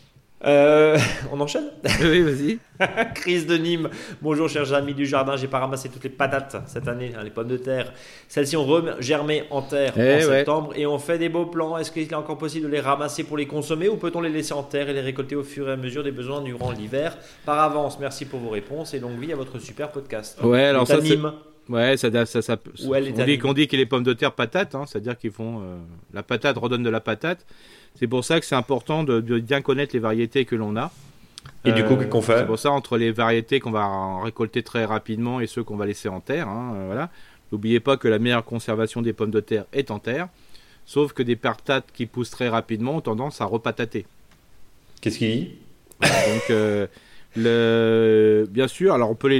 On enchaîne ? Oui, vas-y. Chris de Nîmes. Bonjour chers amis du jardin, j'ai pas ramassé toutes les patates cette année, les pommes de terre. Celles-ci ont germé en terre en septembre et on fait des beaux plants. Est-ce qu'il est encore possible de les ramasser pour les consommer ou peut-on les laisser en terre et les récolter au fur et à mesure des besoins durant l'hiver ? Par avance, merci pour vos réponses et longue vie à votre super podcast. Ouais, alors ça, Nîmes. Ouais, on dit que les pommes de terre patates, hein, c'est-à-dire qu'ils font la patate redonne de la patate. C'est pour ça que c'est important de bien connaître les variétés que l'on a. Et du coup, qu'est-ce qu'on fait ? C'est pour ça, entre les variétés qu'on va récolter très rapidement et ceux qu'on va laisser en terre, voilà. N'oubliez pas que la meilleure conservation des pommes de terre est en terre, sauf que des patates qui poussent très rapidement ont tendance à repatater. Qu'est-ce qu'il dit ? Donc, bien sûr, alors on peut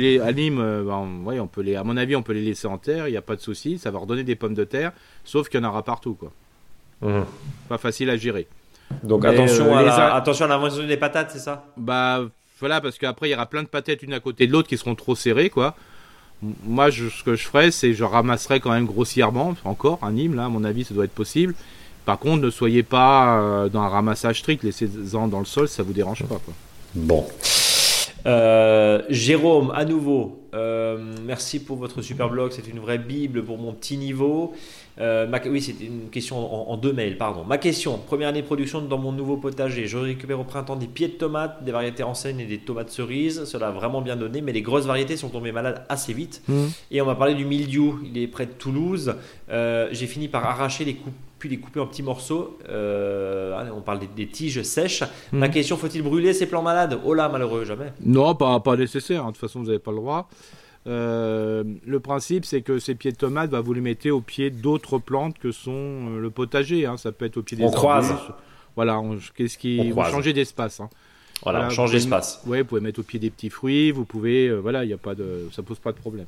à mon avis, on peut les laisser en terre, il n'y a pas de souci, ça va redonner des pommes de terre, sauf qu'il y en aura partout, quoi. Pas facile à gérer. Donc attention à l'invention des patates, c'est ça ? Bah voilà, parce qu'après il y aura plein de patates une à côté de l'autre qui seront trop serrées, quoi. Moi, ce que je ferais, c'est je ramasserais quand même grossièrement, encore un hymne, là, à mon avis, ça doit être possible. Par contre, ne soyez pas dans un ramassage strict, laissez-en dans le sol, ça vous dérange pas, quoi. Bon. Jérôme, à nouveau, merci pour votre super blog, c'est une vraie bible pour mon petit niveau. Oui, c'était une question en 2 mails, pardon. Ma question, première année de production dans mon nouveau potager. Je récupère au printemps des pieds de tomates, des variétés anciennes et des tomates cerises. Cela a vraiment bien donné, mais les grosses variétés sont tombées malades assez vite. Et on m'a parlé du mildiou, il est près de Toulouse. J'ai fini par arracher puis les couper en petits morceaux. On parle des tiges sèches. Ma question, faut-il brûler ces plants malades ? Oh là, malheureux, jamais. Non, pas nécessaire. De toute façon, vous n'avez pas le droit. Le principe, c'est que ces pieds de tomates, vous les mettez au pied d'autres plantes que sont le potager. Ça peut être au pied des arbustes. Croise. Voilà, vous changez d'espace. Voilà, on change d'espace. Oui, vous pouvez mettre au pied des petits fruits. Vous pouvez, ça pose pas de problème.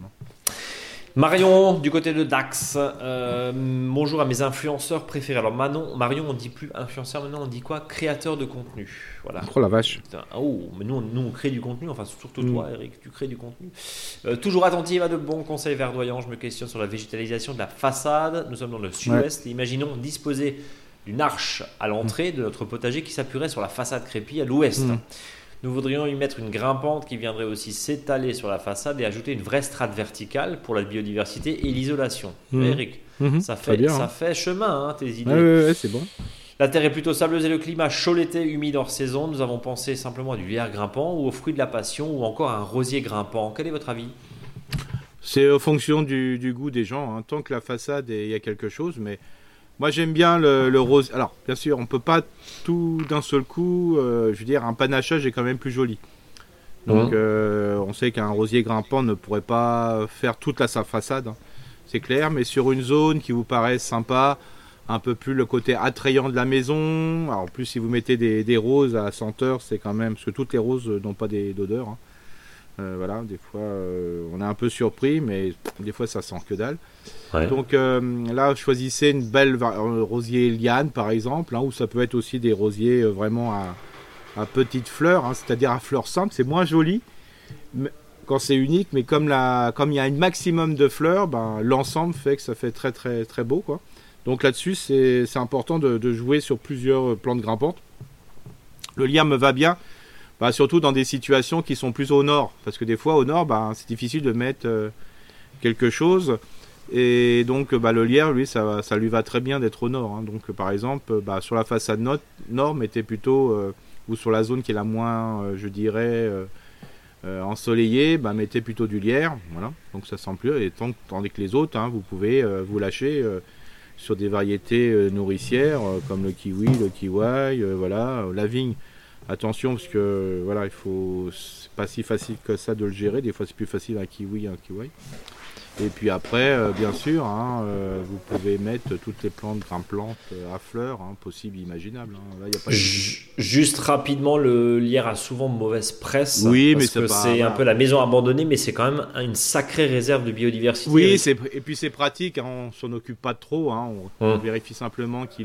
Marion, du côté de Dax. Bonjour à mes influenceurs préférés. Alors Marion, on dit plus influenceur, maintenant on dit quoi ? Créateur de contenu. Voilà. Oh la vache. Putain. Mais nous on crée du contenu, enfin surtout toi Eric, tu crées du contenu. Toujours attentive à de bons conseils verdoyants, je me questionne sur la végétalisation de la façade. Nous sommes dans le sud-ouest et imaginons disposer d'une arche à l'entrée de notre potager qui s'appuierait sur la façade crépie à l'ouest. Nous voudrions y mettre une grimpante qui viendrait aussi s'étaler sur la façade et ajouter une vraie strate verticale pour la biodiversité et l'isolation. Eric, ça fait chemin, tes idées. Ouais, c'est bon. La terre est plutôt sableuse et le climat chaud l'été, humide hors saison. Nous avons pensé simplement à du lierre grimpant ou aux fruits de la passion ou encore à un rosier grimpant. Quel est votre avis ? C'est en fonction du goût des gens. Tant que la façade, il y a quelque chose, mais... Moi, j'aime bien le rose. Alors, bien sûr, on ne peut pas tout d'un seul coup. Je veux dire, un panachage est quand même plus joli. Donc, on sait qu'un rosier grimpant ne pourrait pas faire toute sa façade. C'est clair. Mais sur une zone qui vous paraît sympa, un peu plus le côté attrayant de la maison. Alors, en plus, si vous mettez des roses à senteur, c'est quand même... Parce que toutes les roses n'ont pas d'odeur. Voilà, des fois, on est un peu surpris, mais des fois, ça sent que dalle. Ouais. Donc là, choisissez une belle rosier liane, par exemple, où ça peut être aussi des rosiers vraiment à petites fleurs, c'est-à-dire à fleurs simples. C'est moins joli quand c'est unique, mais comme il y a un maximum de fleurs, l'ensemble fait que ça fait très, très, très beau, quoi. Donc là-dessus, c'est important de jouer sur plusieurs plantes grimpantes. Le lierre me va bien. Surtout dans des situations qui sont plus au nord, parce que des fois au nord, c'est difficile de mettre quelque chose, et donc le lierre, lui, ça lui va très bien d'être au nord. Donc par exemple, sur la façade nord, mettez plutôt, ou sur la zone qui est la moins, je dirais, ensoleillée, mettez plutôt du lierre, voilà. Donc ça sent plus, et tandis que les autres, vous pouvez vous lâcher sur des variétés nourricières comme le kiwi, le kiwi, la vigne. Attention, parce que c'est pas si facile que ça de le gérer. Des fois, c'est plus facile un kiwi. Et puis après, bien sûr, vous pouvez mettre toutes les plantes grimpantes à fleurs, possibles, imaginables. Là, y a pas Juste rapidement, le lierre a souvent mauvaise presse. Oui, parce que c'est un peu la maison abandonnée, mais c'est quand même une sacrée réserve de biodiversité. Oui, et puis c'est pratique. On s'en occupe pas trop. On vérifie simplement qu'il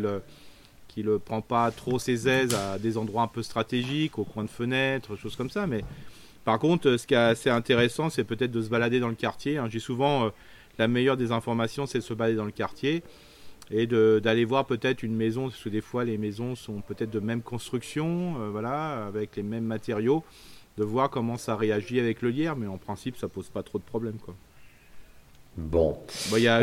ne prend pas trop ses aises à des endroits un peu stratégiques, au coin de fenêtres, choses comme ça. Mais par contre, ce qui est assez intéressant, c'est peut-être de se balader dans le quartier. J'ai souvent, la meilleure des informations, c'est de se balader dans le quartier et d'aller voir peut-être une maison, parce que des fois, les maisons sont peut-être de même construction, avec les mêmes matériaux, de voir comment ça réagit avec le lierre. Mais en principe, ça pose pas trop de problèmes, quoi. Bon. Il y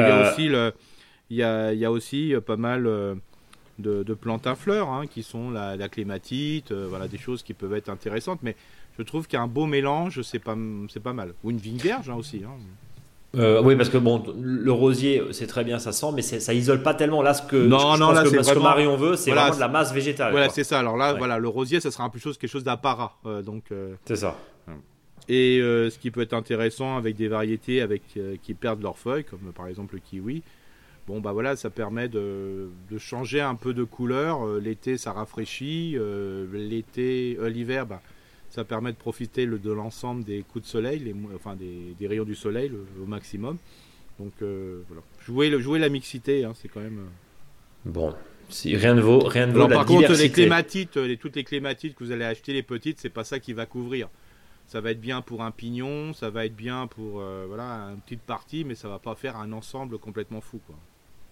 a aussi pas mal... De plantes à fleurs qui sont la clématite, des choses qui peuvent être intéressantes, mais je trouve qu'un beau mélange c'est pas mal, ou une vigne vierge aussi. Oui, parce que bon, le rosier, c'est très bien, ça sent, mais ça isole pas tellement. Là, ce que Marion veut, c'est vraiment de la masse végétale. Voilà, c'est ça. Alors là, voilà, le rosier, ça sera quelque chose d'apparat. C'est ça. Et ce qui peut être intéressant avec des variétés qui perdent leurs feuilles, comme par exemple le kiwi, bon bah voilà, ça permet de changer un peu de couleur. L'été, ça rafraîchit. L'hiver, ça permet de profiter de l'ensemble des coups de soleil, des rayons du soleil au maximum. Donc voilà, jouer la mixité, c'est quand même. Bon, si rien ne vaut Alors, la par diversité. contre, les clématites, toutes les clématites que vous allez acheter, les petites, c'est pas ça qui va couvrir. Ça va être bien pour un pignon, ça va être bien pour une petite partie, mais ça va pas faire un ensemble complètement fou, quoi.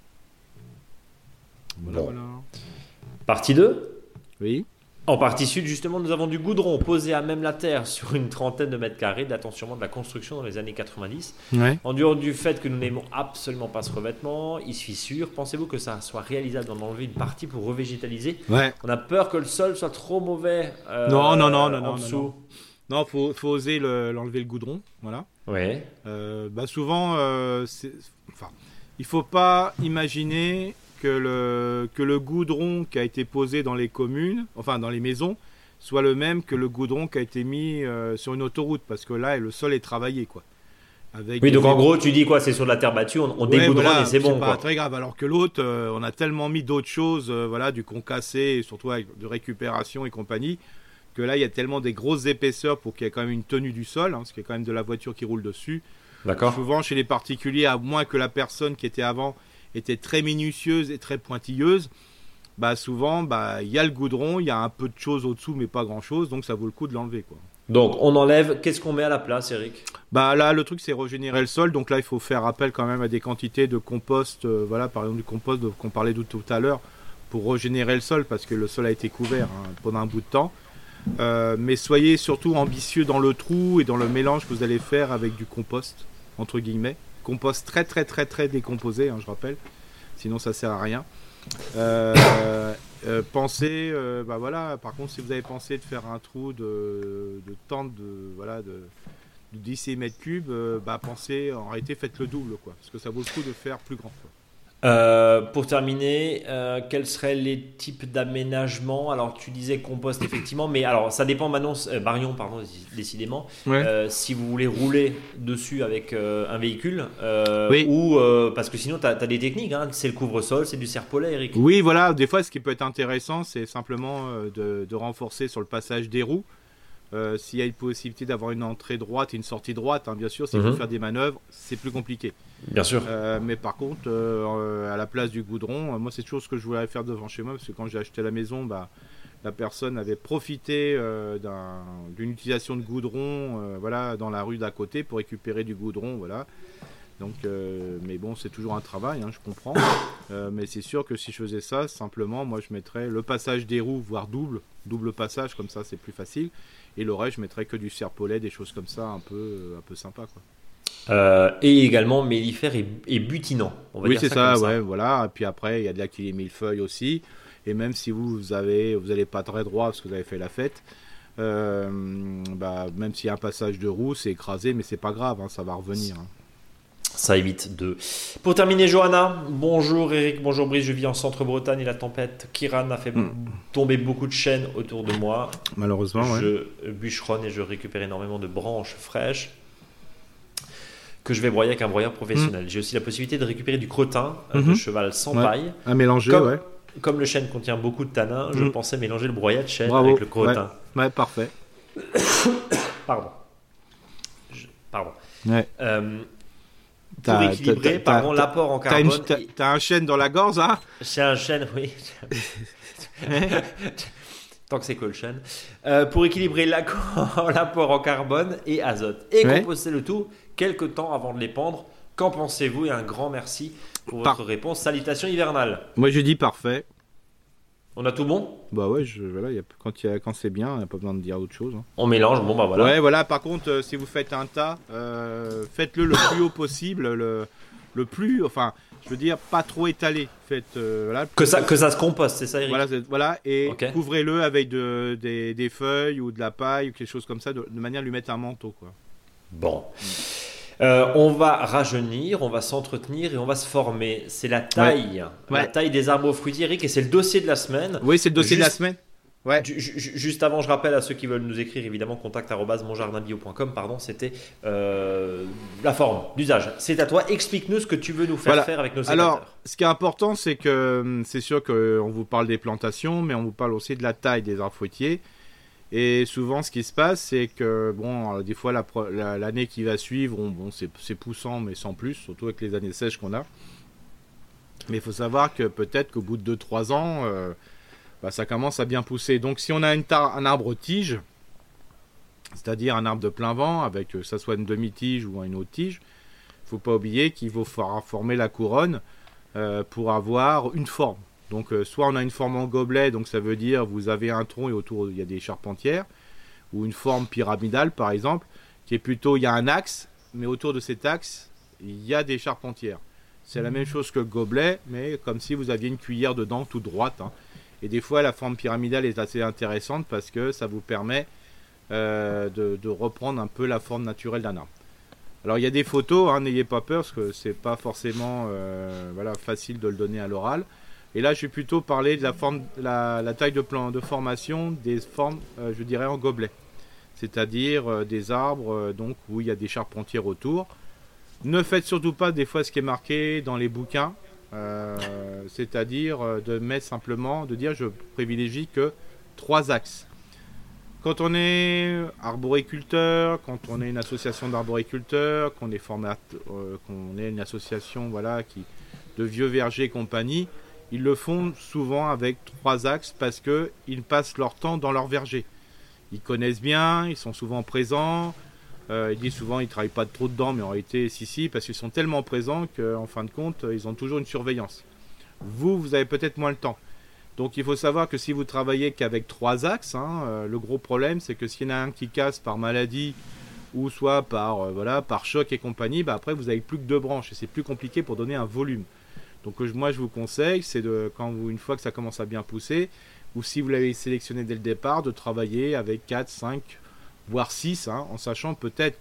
Voilà. Partie 2 ? Oui. En partie sud, justement, nous avons du goudron posé à même la terre sur une trentaine de mètres carrés, datant sûrement de la construction dans les années 90. Ouais. En dehors du fait que nous n'aimons absolument pas ce revêtement, il se fissure. Pensez-vous que ça soit réalisable d'en enlever une partie pour revégétaliser ? Ouais. On a peur que le sol soit trop mauvais non, en dessous. Non, faut oser l'enlever le goudron, voilà. Ouais. Souvent, il faut pas imaginer que le goudron qui a été posé dans les communes, dans les maisons, soit le même que le goudron qui a été mis sur une autoroute, parce que là, le sol est travaillé, quoi. Donc en gros, tu dis quoi ? C'est sur de la terre battue, on dégoudronne et c'est bon, c'est pas quoi. très grave. Alors que l'autre, on a tellement mis d'autres choses, du concassé, et surtout de récupération et compagnie, que là, il y a tellement des grosses épaisseurs pour qu'il y ait quand même une tenue du sol, parce qu'il y a quand même de la voiture qui roule dessus. D'accord. Souvent, chez les particuliers, à moins que la personne qui était avant était très minutieuse et très pointilleuse, souvent, il y a le goudron, il y a un peu de choses au-dessous, mais pas grand-chose, donc ça vaut le coup de l'enlever, quoi. Donc, on enlève. Qu'est-ce qu'on met à la place, Eric ? Là, le truc, c'est régénérer le sol. Donc là, il faut faire appel quand même à des quantités de compost, par exemple du compost qu'on parlait de tout à l'heure, pour régénérer le sol, parce que le sol a été couvert pendant un bout de temps. Mais soyez surtout ambitieux dans le trou et dans le mélange que vous allez faire avec du compost, entre guillemets. Compost très très très très décomposé, je rappelle. Sinon, ça sert à rien. Pensez, par contre, si vous avez pensé de faire un trou de 10 mètres cubes, pensez, en réalité, faites le double, quoi, parce que ça vaut le coup de faire plus grand, quoi. Pour terminer, quels seraient les types d'aménagements ? Alors, tu disais compost, effectivement, mais alors ça dépend, Marion, décidément. Ouais. Si vous voulez rouler dessus avec un véhicule, oui. ou parce que sinon, tu as des techniques, c'est le couvre-sol, c'est du serre-polet, Eric. Oui, voilà, des fois, ce qui peut être intéressant, c'est simplement de renforcer sur le passage des roues. S'il y a une possibilité d'avoir une entrée droite et une sortie droite, bien sûr, s'il faut faire des manœuvres, c'est plus compliqué. Bien sûr. Mais par contre, à la place du goudron, moi c'est toujours ce que je voulais faire devant chez moi, parce que quand j'ai acheté la maison, la personne avait profité d'une utilisation de goudron dans la rue d'à côté pour récupérer du goudron. Voilà. Donc, mais bon, c'est toujours un travail, je comprends. Mais c'est sûr que si je faisais ça, simplement, moi je mettrais le passage des roues, voire double passage, comme ça c'est plus facile. Et le reste, je mettrais que du serre-polet, des choses comme ça, un peu sympa, quoi. Et également mellifère et butinant. On va oui, dire c'est ça, ouais, voilà. Et puis après, il y a de l'activé millefeuille aussi. Et même si vous allez pas très droit parce que vous avez fait la fête, même s'il y a un passage de roue, c'est écrasé, mais c'est pas grave, ça va revenir. Ça évite de... Pour terminer, Johanna, bonjour Eric, bonjour Brice, je vis en Centre-Bretagne et la tempête Kiran a fait tomber beaucoup de chênes autour de moi. Malheureusement, je bûcheronne et je récupère énormément de branches fraîches que je vais broyer avec un broyeur professionnel. J'ai aussi la possibilité de récupérer du crottin de cheval sans paille. À mélanger, Comme le chêne contient beaucoup de tanins, je pensais mélanger le broyat de chêne avec le crottin. Ouais, parfait. Pardon. Ouais. Pour équilibrer, l'apport en carbone. T'as un chêne dans la gorge, hein ? C'est un chêne, oui. Tant que c'est que le chêne. Pour équilibrer l'apport en carbone et azote. Et composter le tout quelques temps avant de les pendre. Qu'en pensez-vous ? Et un grand merci pour votre réponse. Salutations hivernales. Moi, je dis parfait. On a tout bon ? Bah ouais, quand c'est bien, il n'y a pas besoin de dire autre chose. On mélange, voilà. Ouais, voilà, par contre, si vous faites un tas, faites-le le plus haut possible, le plus, je veux dire, pas trop étalé. Faites, que ça se composte, c'est ça, Eric ? Voilà, et couvrez-le avec des feuilles ou de la paille ou quelque chose comme ça, de manière à lui mettre un manteau, quoi. Bon. On va rajeunir, on va s'entretenir et on va se former. C'est la taille, la taille des arbres fruitiers, Eric, et c'est le dossier de la semaine. Oui, c'est le dossier de la semaine. Ouais. Juste avant, je rappelle à ceux qui veulent nous écrire, évidemment, contact@monjardinbio.com. C'était la forme d'usage. C'est à toi. Explique-nous ce que tu veux nous faire faire avec nos sécateurs. Alors, ce qui est important, c'est que c'est sûr qu'on vous parle des plantations, mais on vous parle aussi de la taille des arbres fruitiers. Et souvent, ce qui se passe, c'est que, des fois, l'année qui va suivre, c'est poussant, mais sans plus, surtout avec les années sèches qu'on a. Mais il faut savoir que peut-être qu'au bout de 2-3 ans, ça commence à bien pousser. Donc, si on a un arbre tige, c'est-à-dire un arbre de plein vent, avec que ça soit une demi-tige ou une autre tige, il ne faut pas oublier qu'il faut former la couronne pour avoir une forme. Donc, soit on a une forme en gobelet, donc ça veut dire vous avez un tronc et autour il y a des charpentières, ou une forme pyramidale par exemple, qui est plutôt, il y a un axe, mais autour de cet axe, il y a des charpentières. C'est la même chose que le gobelet, mais comme si vous aviez une cuillère dedans, toute droite. Hein. Et des fois, la forme pyramidale est assez intéressante parce que ça vous permet de reprendre un peu la forme naturelle d'un arbre. Alors, il y a des photos, hein, n'ayez pas peur, parce que c'est pas forcément facile de le donner à l'oral. Et là, je vais plutôt parler de la taille de formation des formes, je dirais, en gobelet. C'est-à-dire des arbres où il y a des charpentières autour. Ne faites surtout pas des fois ce qui est marqué dans les bouquins. C'est-à-dire de mettre simplement, de dire je privilégie que 3 axes. Quand on est arboriculteur, quand on est une association d'arboriculteurs, qu'on est qu'on est une association de vieux vergers et compagnie, ils le font souvent avec 3 axes parce qu'ils passent leur temps dans leur verger. Ils connaissent bien, ils sont souvent présents. Ils disent souvent qu'ils ne travaillent pas trop dedans, mais en réalité, si, parce qu'ils sont tellement présents qu'en fin de compte, ils ont toujours une surveillance. Vous avez peut-être moins le temps. Donc il faut savoir que si vous travaillez qu'avec 3 axes, le gros problème, c'est que s'il y en a un qui casse par maladie ou soit par choc et compagnie, après vous n'avez plus que 2 branches et c'est plus compliqué pour donner un volume. Donc moi je vous conseille, c'est une fois que ça commence à bien pousser, ou si vous l'avez sélectionné dès le départ, de travailler avec 4, 5, voire 6, en sachant peut-être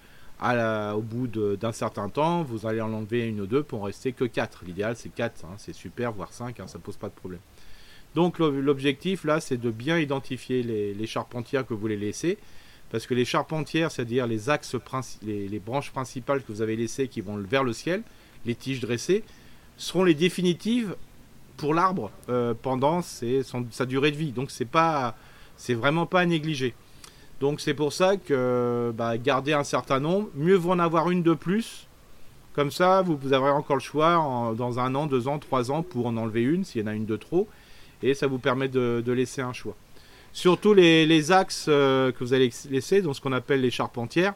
qu'au bout d'un certain temps, vous allez en enlever 1 ou 2 pour en rester que 4. L'idéal c'est 4, c'est super, voire 5, ça pose pas de problème. Donc l'objectif là, c'est de bien identifier les charpentières que vous voulez laisser, parce que les charpentières, c'est-à-dire les axes, les branches principales que vous avez laissées qui vont vers le ciel, les tiges dressées, seront les définitives pour l'arbre pendant sa durée de vie. Donc c'est vraiment pas à négliger. Donc c'est pour ça que garder un certain nombre, mieux vaut en avoir une de plus. Comme ça, vous aurez encore le choix dans 1 an, 2 ans, 3 ans pour en enlever une s'il y en a une de trop. Et ça vous permet de laisser un choix. Surtout les axes que vous allez laisser, dans ce qu'on appelle les charpentières,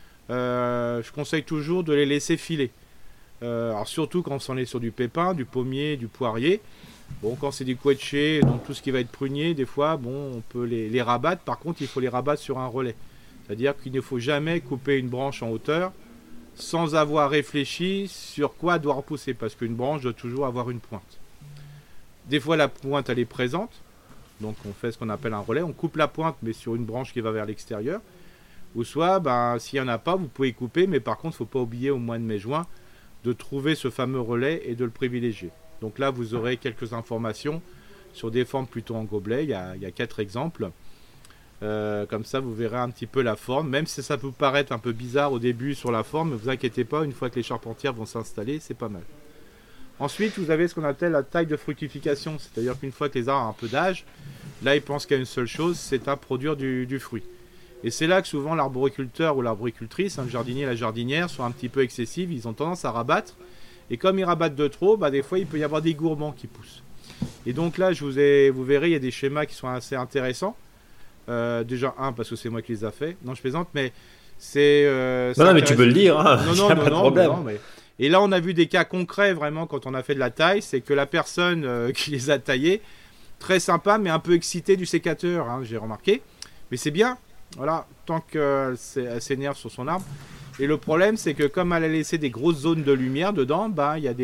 je conseille toujours de les laisser filer. Alors surtout quand on est sur du pépin, du pommier, du poirier. Quand c'est du quetché, donc tout ce qui va être prunier, des fois, on peut les rabattre. Par contre, il faut les rabattre sur un relais. C'est-à-dire qu'il ne faut jamais couper une branche en hauteur sans avoir réfléchi sur quoi doit repousser. Parce qu'une branche doit toujours avoir une pointe. Des fois, la pointe, elle est présente. Donc, on fait ce qu'on appelle un relais. On coupe la pointe, mais sur une branche qui va vers l'extérieur. Ou soit, s'il n'y en a pas, vous pouvez couper. Mais par contre, il ne faut pas oublier au mois de mai-juin de trouver ce fameux relais et de le privilégier. Donc là, vous aurez quelques informations sur des formes plutôt en gobelet. Il y a 4 exemples. Comme ça, vous verrez un petit peu la forme. Même si ça peut paraître un peu bizarre au début sur la forme, ne vous inquiétez pas, une fois que les charpentières vont s'installer, c'est pas mal. Ensuite, vous avez ce qu'on appelle la taille de fructification. C'est-à-dire qu'une fois que les arbres ont un peu d'âge, là, ils pensent qu'il y a une seule chose, c'est à produire du fruit. Et c'est là que souvent l'arboriculteur ou l'arboricultrice, le jardinier, la jardinière, sont un petit peu excessifs. Ils ont tendance à rabattre. Et comme ils rabattent de trop, des fois, il peut y avoir des gourmands qui poussent. Et donc là, vous verrez, il y a des schémas qui sont assez intéressants. Déjà, parce que c'est moi qui les ai fait. Non, je plaisante, mais c'est... non, mais tu peux le dire. Non, pas de problème. Et là, on a vu des cas concrets, vraiment, quand on a fait de la taille. C'est que la personne qui les a taillés, très sympa, mais un peu excitée du sécateur, j'ai remarqué. Mais c'est bien. Voilà, tant qu'elle s'énerve sur son arbre. Et le problème, c'est que comme elle a laissé des grosses zones de lumière dedans, il y a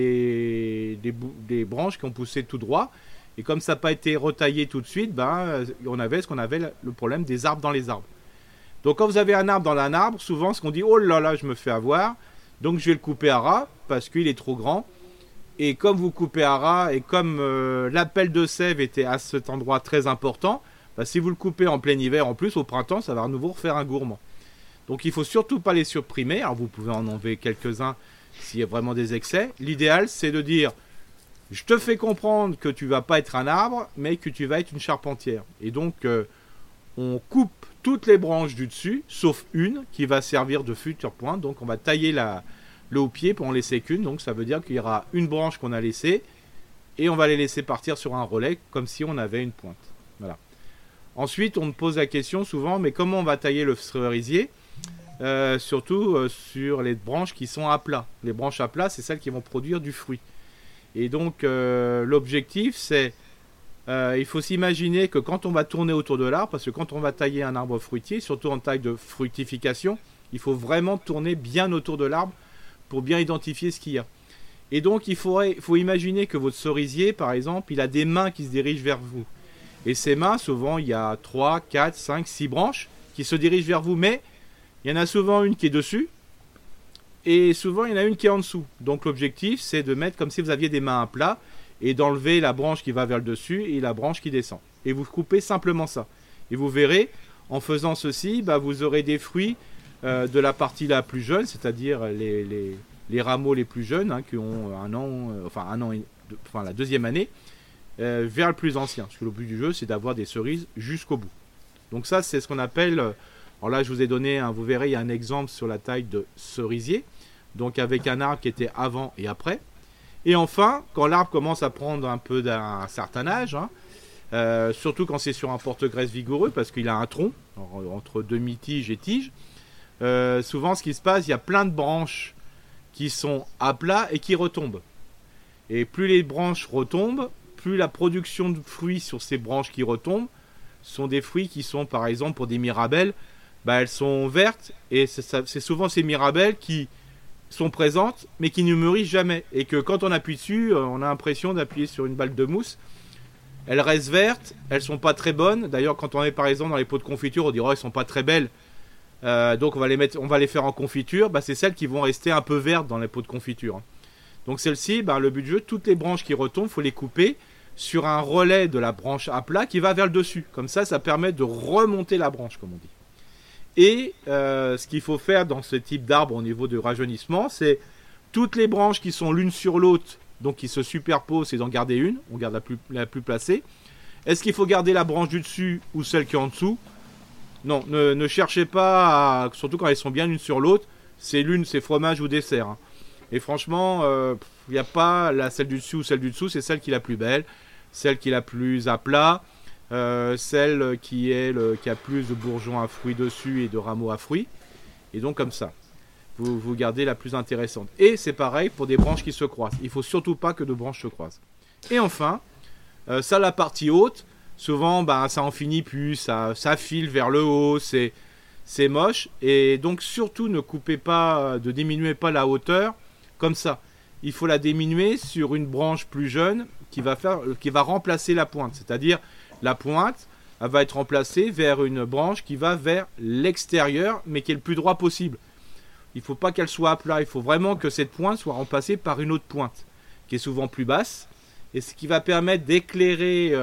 des branches qui ont poussé tout droit. Et comme ça n'a pas été retaillé tout de suite, on avait le problème des arbres dans les arbres. Donc quand vous avez un arbre dans un arbre, souvent ce qu'on dit, oh là là, je me fais avoir, Donc je vais le couper à ras parce qu'il est trop grand. Et comme vous coupez à ras et comme l'appel de sève était à cet endroit très important, si vous le coupez en plein hiver en plus, au printemps, ça va à nouveau refaire un gourmand. Donc il ne faut surtout pas les supprimer. Alors vous pouvez en enlever quelques-uns s'il y a vraiment des excès. L'idéal, c'est de dire, je te fais comprendre que tu ne vas pas être un arbre, mais que tu vas être une charpentière. Et donc on coupe toutes les branches du dessus, sauf une qui va servir de future pointe. Donc on va tailler le haut-pied pour en laisser qu'une. Donc ça veut dire qu'il y aura une branche qu'on a laissée et on va les laisser partir sur un relais comme si on avait une pointe. Voilà. Ensuite, on me pose la question souvent, mais comment on va tailler le cerisier ? Surtout sur les branches qui sont à plat. Les branches à plat, c'est celles qui vont produire du fruit. Et donc l'objectif, c'est il faut s'imaginer que quand on va tourner autour de l'arbre, parce que quand on va tailler un arbre fruitier, surtout en taille de fructification, il faut vraiment tourner bien autour de l'arbre pour bien identifier ce qu'il y a. Et donc il faut imaginer que votre cerisier, par exemple, il a des mains qui se dirigent vers vous. Et ces mains, souvent, il y a 3, 4, 5, 6 branches qui se dirigent vers vous, mais il y en a souvent une qui est dessus, et souvent il y en a une qui est en dessous. Donc l'objectif, c'est de mettre comme si vous aviez des mains à plat, et d'enlever la branche qui va vers le dessus et la branche qui descend. Et vous coupez simplement ça. Et vous verrez, en faisant ceci, vous aurez des fruits de la partie la plus jeune, c'est-à-dire les rameaux les plus jeunes, qui ont un an, la deuxième année, vers le plus ancien. Parce que le but du jeu, c'est d'avoir des cerises jusqu'au bout. Donc ça, c'est ce qu'on appelle... alors là, je vous ai donné, vous verrez, il y a un exemple sur la taille de cerisier. Donc avec un arbre qui était avant et après. Et enfin, quand l'arbre commence à prendre un peu d'un certain âge, surtout quand c'est sur un porte-graisse vigoureux, parce qu'il a un tronc, entre demi-tige et tige, souvent ce qui se passe, il y a plein de branches qui sont à plat et qui retombent. Et plus les branches retombent, plus la production de fruits sur ces branches qui retombent sont des fruits qui sont, par exemple, pour des mirabelles, elles sont vertes, et c'est souvent ces mirabelles qui sont présentes, mais qui ne mûrissent jamais. Et que quand on appuie dessus, on a l'impression d'appuyer sur une balle de mousse. Elles restent vertes, elles sont pas très bonnes. D'ailleurs, quand on est par exemple dans les pots de confiture, on dit elles sont pas très belles. Donc on va les faire en confiture. C'est celles qui vont rester un peu vertes dans les pots de confiture. Donc celles-ci, le but du jeu, toutes les branches qui retombent, faut les couper sur un relais de la branche à plat qui va vers le dessus. Comme ça permet de remonter la branche, comme on dit. Et ce qu'il faut faire dans ce type d'arbre au niveau de rajeunissement, c'est toutes les branches qui sont l'une sur l'autre, donc qui se superposent, c'est d'en garder une, on garde la plus placée. Est-ce qu'il faut garder la branche du dessus ou celle qui est en dessous ? Non, ne cherchez pas, surtout quand elles sont bien l'une sur l'autre, c'est fromage ou dessert. Et franchement, il n'y a pas celle du dessus ou celle du dessous, c'est celle qui est la plus belle, celle qui est la plus à plat. Celle qui a plus de bourgeons à fruits dessus et de rameaux à fruits. Et donc comme ça, vous gardez la plus intéressante. Et c'est pareil pour des branches qui se croisent. Il ne faut surtout pas que deux branches se croisent. Et enfin, ça la partie haute, souvent ça en finit plus, ça file vers le haut, c'est moche. Et donc surtout ne diminuez pas la hauteur comme ça. Il faut la diminuer sur une branche plus jeune qui va remplacer la pointe. C'est-à-dire la pointe, elle va être remplacée vers une branche qui va vers l'extérieur, mais qui est le plus droit possible. Il ne faut pas qu'elle soit à plat, il faut vraiment que cette pointe soit remplacée par une autre pointe, qui est souvent plus basse, et ce qui va permettre d'éclairer,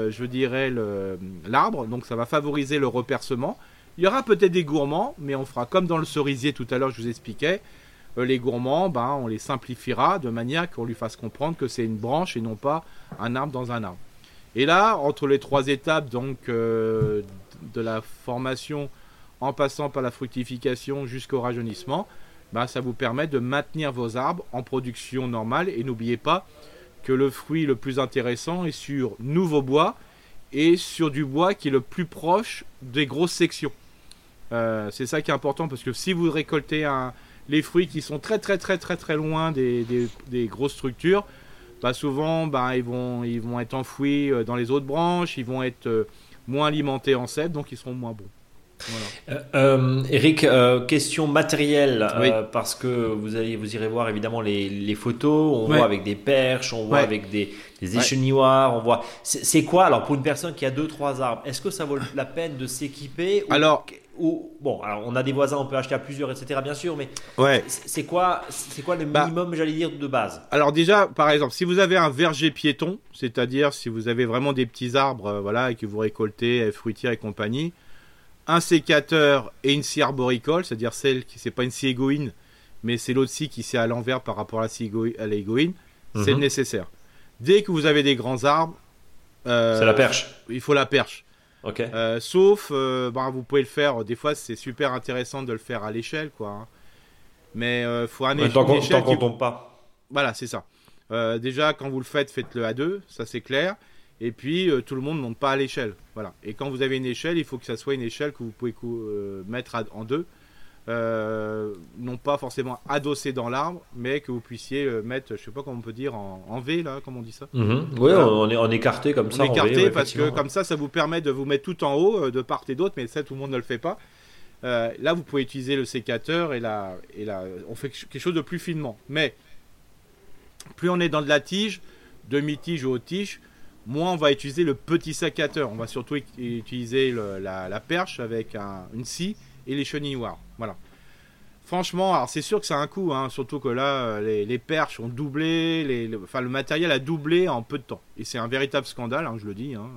l'arbre, donc ça va favoriser le repercement. Il y aura peut-être des gourmands, mais on fera comme dans le cerisier tout à l'heure, je vous expliquais, les gourmands, on les simplifiera de manière qu'on lui fasse comprendre que c'est une branche et non pas un arbre dans un arbre. Et là, entre les trois étapes donc, de la formation en passant par la fructification jusqu'au rajeunissement, ça vous permet de maintenir vos arbres en production normale. Et n'oubliez pas que le fruit le plus intéressant est sur nouveau bois et sur du bois qui est le plus proche des grosses sections. C'est ça qui est important parce que si vous récoltez les fruits qui sont très très très très très loin des grosses structures, souvent ils vont être enfouis dans les autres branches, ils vont être moins alimentés en sève, donc ils seront moins bons. Voilà. Eric, question matérielle, Oui. parce que vous irez voir évidemment les photos, on Ouais. voit avec des perches, on voit Ouais. avec des échenilloirs, on voit. C'est quoi alors pour une personne qui a 2-3 arbres, est-ce que ça vaut la peine de s'équiper Alors, bon, alors on a des voisins, on peut acheter à plusieurs, etc. Bien sûr, mais ouais. c'est quoi le minimum, j'allais dire, de base? Alors déjà, par exemple, si vous avez un verger piéton, c'est-à-dire si vous avez vraiment des petits arbres, voilà, et que vous récoltez fruitières et compagnie, un sécateur et une scie arboricole, c'est-à-dire celle qui c'est pas une scie égoïne, mais c'est l'autre scie qui c'est à l'envers par rapport à la scie à l'égoïne, c'est nécessaire. Dès que vous avez des grands arbres, C'est la perche. il faut la perche. Ok. Sauf, vous pouvez le faire. Des fois, c'est super intéressant de le faire à l'échelle, quoi. Hein. Mais faut un Tant qu'on échelle qui... tombe pas. Voilà, c'est ça. Déjà, quand vous le faites, faites-le à deux, ça c'est clair. Et puis, tout le monde ne monte pas à l'échelle. Voilà. Et quand vous avez une échelle, il faut que ça soit une échelle que vous pouvez mettre en deux. Non pas forcément adossé dans l'arbre, mais que vous puissiez mettre, je sais pas comment on peut dire, en V, là, comme on dit ça. Oui, Voilà. on est écarté comme ça. On est écarté en V, parce que comme ça vous permet de vous mettre tout en haut, de part et d'autre, mais ça, tout le monde ne le fait pas. Là, vous pouvez utiliser le sécateur et on fait quelque chose de plus finement. Mais plus on est dans de la tige, demi-tige ou haute tige, moins on va utiliser le petit sécateur. On va surtout utiliser la perche avec une scie et les chenilloirs. Voilà. Franchement, alors c'est sûr que ça a un coût, hein, surtout que là, les perches ont doublé, le matériel a doublé en peu de temps. Et c'est un véritable scandale, hein, je le dis. Hein,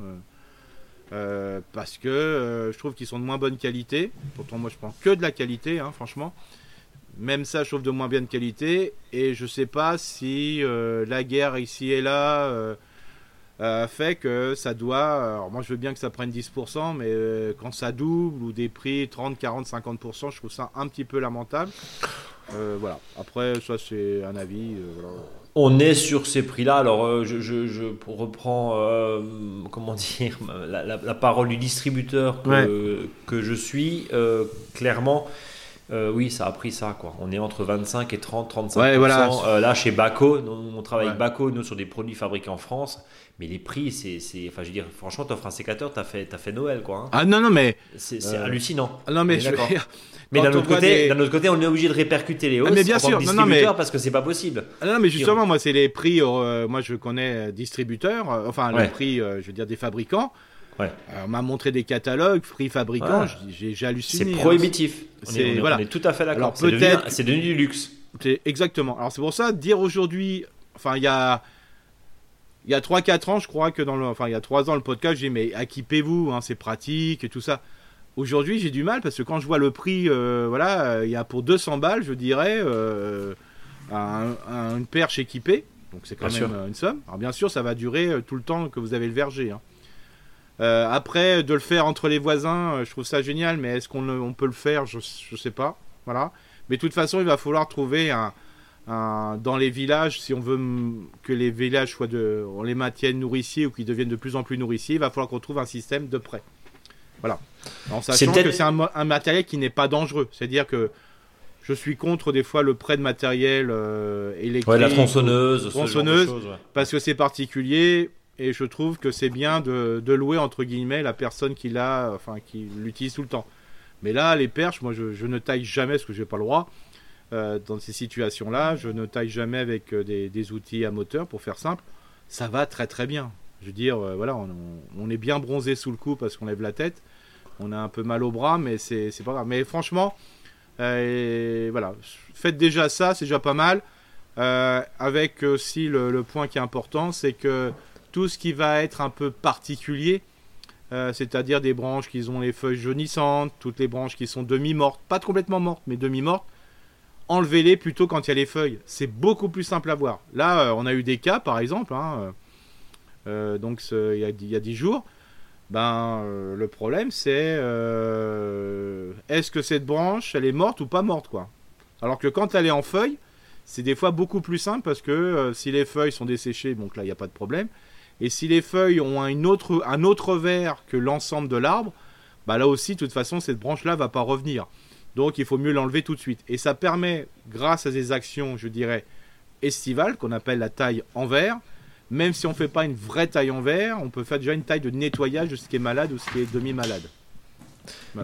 parce que je trouve qu'ils sont de moins bonne qualité. Pourtant, moi, je prends que de la qualité, hein, franchement. Même ça, je trouve de moins bien de qualité. Et je sais pas si la guerre ici et là fait que ça doit... Alors moi, je veux bien que ça prenne 10%, mais quand ça double ou des prix 30, 40, 50%, je trouve ça un petit peu lamentable. Voilà. Après, ça, c'est un avis. Voilà. On est sur ces prix-là. Alors, je reprends comment dire, la parole du distributeur que je suis. Clairement, oui, ça a pris ça, quoi. On est entre 25 et 30, 35%. Ouais, voilà. Là, chez Baco, on travaille avec Ouais. Baco, nous, sur des produits fabriqués en France. Mais les prix, enfin, je veux dire, franchement, t'offres un sécateur, t'as fait Noël, quoi. Hein. Ah non, mais... C'est hallucinant. Non, mais On est je veux d'accord. dire, Mais quand d'un on autre voit côté, on est obligé de répercuter les hausses mais bien en tant sûr, que non, non, distributeur mais- parce que c'est pas possible. Ah non, mais justement, moi, c'est les prix. Moi, je connais distributeurs, Ouais. le prix, je veux dire, des fabricants. Ouais. On m'a montré des catalogues, prix fabricants, Ouais. j'ai halluciné. C'est hein. prohibitif. On C'est- est, voilà. on est tout à fait d'accord. Alors, C'est devenu, peut-être- c'est devenu du luxe. Exactement. Alors, c'est pour ça, dire aujourd'hui, enfin, il y a 3-4 ans, je crois que il y a 3 ans, le podcast, j'ai dit, mais équipez-vous, hein, c'est pratique et tout ça. Aujourd'hui, j'ai du mal parce que quand je vois le prix, il y a pour 200 balles, je dirais, une perche équipée. Donc, c'est quand Bien même sûr. une somme. Alors, bien sûr, ça va durer tout le temps que vous avez le verger. Hein. Après, de le faire entre les voisins, je trouve ça génial, mais est-ce qu'on peut le faire? Je sais pas. Voilà. Mais de toute façon, il va falloir trouver dans les villages, si on veut que les villages on les maintienne nourriciers ou qu'ils deviennent de plus en plus nourriciers, il va falloir qu'on trouve un système de prêt. Voilà. En sachant que c'est un matériel qui n'est pas dangereux. C'est-à-dire que je suis contre des fois le prêt de matériel électrique. Ouais, la tronçonneuse, ce genre de tronçonneuse, choses, ouais. parce que c'est particulier et je trouve que c'est bien de louer entre guillemets la personne qui l'utilise tout le temps. Mais là, les perches, moi je ne taille jamais parce que j'ai pas le droit. Dans ces situations-là, je ne taille jamais avec des outils à moteur, pour faire simple. Ça va très très bien. Je veux dire, voilà, on est bien bronzé sous le cou parce qu'on lève la tête. On a un peu mal au bras, mais c'est pas grave. Mais franchement, voilà, faites déjà ça, c'est déjà pas mal. Avec aussi le point qui est important, c'est que tout ce qui va être un peu particulier, c'est-à-dire des branches qui ont les feuilles jaunissantes, toutes les branches qui sont demi-mortes, pas complètement mortes, mais demi-mortes, enlevez-les plutôt quand il y a les feuilles. C'est beaucoup plus simple à voir. Là, on a eu des cas, par exemple, hein, donc il y a 10 jours. Le problème, c'est est-ce que cette branche, elle est morte ou pas morte, quoi. Alors que quand elle est en feuilles, c'est des fois beaucoup plus simple parce que si les feuilles sont desséchées, donc là, il n'y a pas de problème. Et si les feuilles ont un autre vert que l'ensemble de l'arbre, là aussi, de toute façon, cette branche-là va pas revenir. Donc, il faut mieux l'enlever tout de suite. Et ça permet, grâce à des actions, je dirais, estivales, qu'on appelle la taille en verre, même si on ne fait pas une vraie taille en verre, on peut faire déjà une taille de nettoyage de ce qui est malade ou ce qui est demi-malade. Voilà.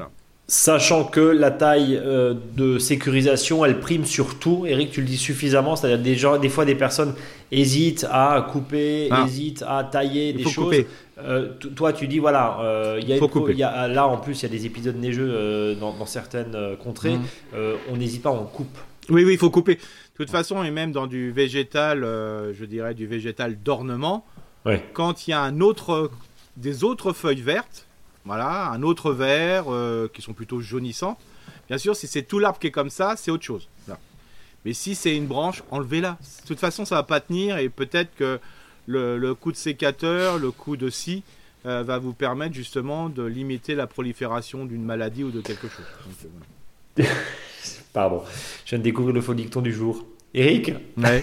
Sachant que la taille de sécurisation, elle prime sur tout. Eric, tu le dis suffisamment, c'est-à-dire des fois des personnes hésitent à couper, hésitent à tailler des choses. Toi, tu dis voilà, là en plus il y a des épisodes neigeux dans certaines contrées. On n'hésite pas, on coupe. Oui, il faut couper. De toute façon, et même dans du végétal, je dirais du végétal d'ornement, quand il y a des autres feuilles vertes. Voilà, un autre vert qui sont plutôt jaunissantes. Bien sûr, si c'est tout l'arbre qui est comme ça, c'est autre chose. Là. Mais si c'est une branche, enlevez-la. De toute façon, ça va pas tenir et peut-être que le coup de sécateur, le coup de scie va vous permettre justement de limiter la prolifération d'une maladie ou de quelque chose. Donc, voilà. Pardon, je viens de découvrir le faux dicton du jour. Eric ? Ouais.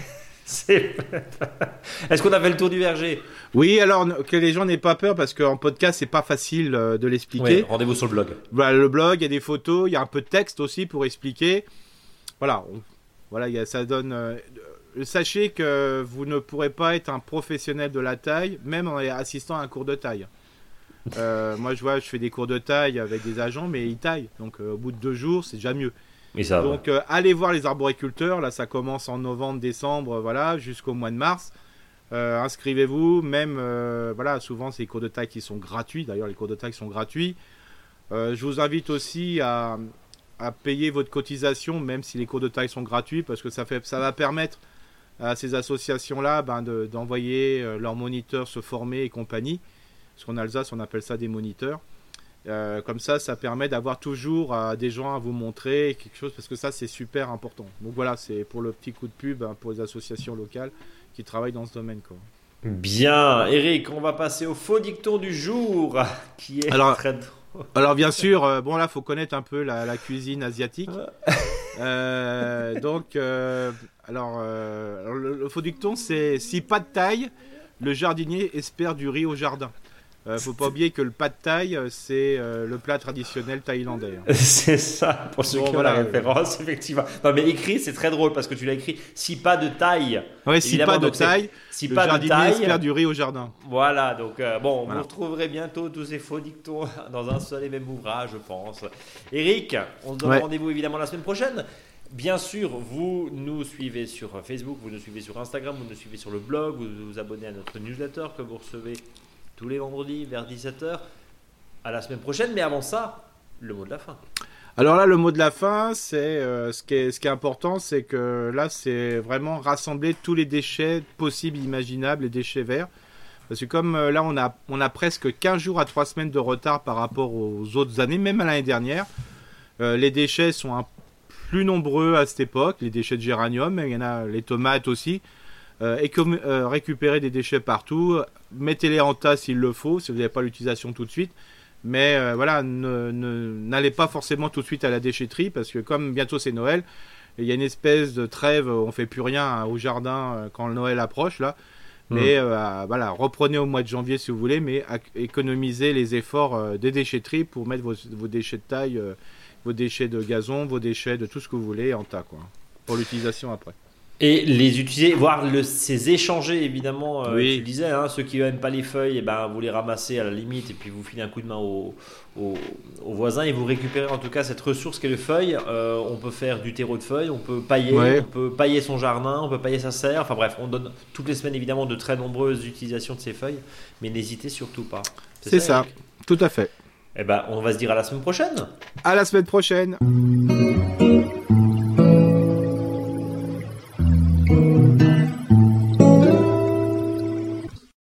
Est-ce qu'on a fait le tour du verger ? Oui, alors que les gens n'aient pas peur parce qu'en podcast c'est pas facile de l'expliquer. Ouais, rendez-vous sur le blog. Voilà, le blog, il y a des photos, il y a un peu de texte aussi pour expliquer. Voilà, ça donne. Sachez que vous ne pourrez pas être un professionnel de la taille, même en assistant à un cours de taille. Moi, je fais des cours de taille avec des agents, mais ils taillent. Donc, au bout de 2 jours, c'est déjà mieux. Donc allez voir les arboriculteurs, là ça commence en novembre, décembre, voilà, jusqu'au mois de mars. Inscrivez-vous, même souvent c'est les cours de taille qui sont gratuits, d'ailleurs les cours de taille sont gratuits. Je vous invite aussi à payer votre cotisation, même si les cours de taille sont gratuits, parce que ça va permettre à ces associations-là d'envoyer leurs moniteurs se former et compagnie. Parce qu'en Alsace on appelle ça des moniteurs. Comme ça permet d'avoir toujours des gens à vous montrer quelque chose, parce que ça c'est super important. Donc voilà, c'est pour le petit coup de pub pour les associations locales qui travaillent dans ce domaine, quoi. Bien, Eric, on va passer au faux dicton du jour qui est très drôle. Alors bien sûr, là faut connaître un peu la cuisine asiatique. Le faux dicton c'est: si pas de taille, le jardinier espère du riz au jardin. Faut pas oublier que le pad thai, c'est le plat traditionnel thaïlandais. C'est ça, pour ceux qui ont la référence, effectivement. Non, mais écrit, c'est très drôle parce que tu l'as écrit. Si pas de taille. Oui, si pas de taille, le jardinier espère du riz au jardin. Voilà, donc vous retrouverez bientôt tous ces faux dictons dans un seul et même ouvrage, je pense. Eric, on se donne rendez-vous évidemment la semaine prochaine. Bien sûr, vous nous suivez sur Facebook, vous nous suivez sur Instagram, vous nous suivez sur le blog, vous vous abonnez à notre newsletter que vous recevez tous les vendredis vers 17h. À la semaine prochaine, mais avant ça, le mot de la fin. Alors là, le mot de la fin, c'est ce qui est important, c'est que là, c'est vraiment rassembler tous les déchets possibles, imaginables, les déchets verts. Parce que comme là, on a presque 15 jours à 3 semaines de retard par rapport aux autres années, même à l'année dernière. Les déchets sont plus nombreux à cette époque, les déchets de géranium, il y en a les tomates aussi. Récupérer des déchets partout, mettez-les en tas s'il le faut, si vous n'avez pas l'utilisation tout de suite, mais n'allez pas forcément tout de suite à la déchetterie, parce que comme bientôt c'est Noël, il y a une espèce de trêve, on ne fait plus rien au jardin quand le Noël approche là, mais reprenez au mois de janvier si vous voulez, mais économisez les efforts des déchetteries pour mettre vos déchets de taille, vos déchets de gazon, vos déchets de tout ce que vous voulez en tas, quoi, pour l'utilisation après. Et les utiliser, voire ces échanger évidemment. Tu disais, ceux qui n'aiment pas les feuilles, vous les ramassez à la limite et puis vous filez un coup de main aux voisins et vous récupérez en tout cas cette ressource qu'est le feuille. On peut faire du terreau de feuilles, on peut pailler son jardin, on peut pailler sa serre. Enfin bref, on donne toutes les semaines évidemment de très nombreuses utilisations de ces feuilles, mais n'hésitez surtout pas. C'est ça, tout à fait. On va se dire à la semaine prochaine. À la semaine prochaine.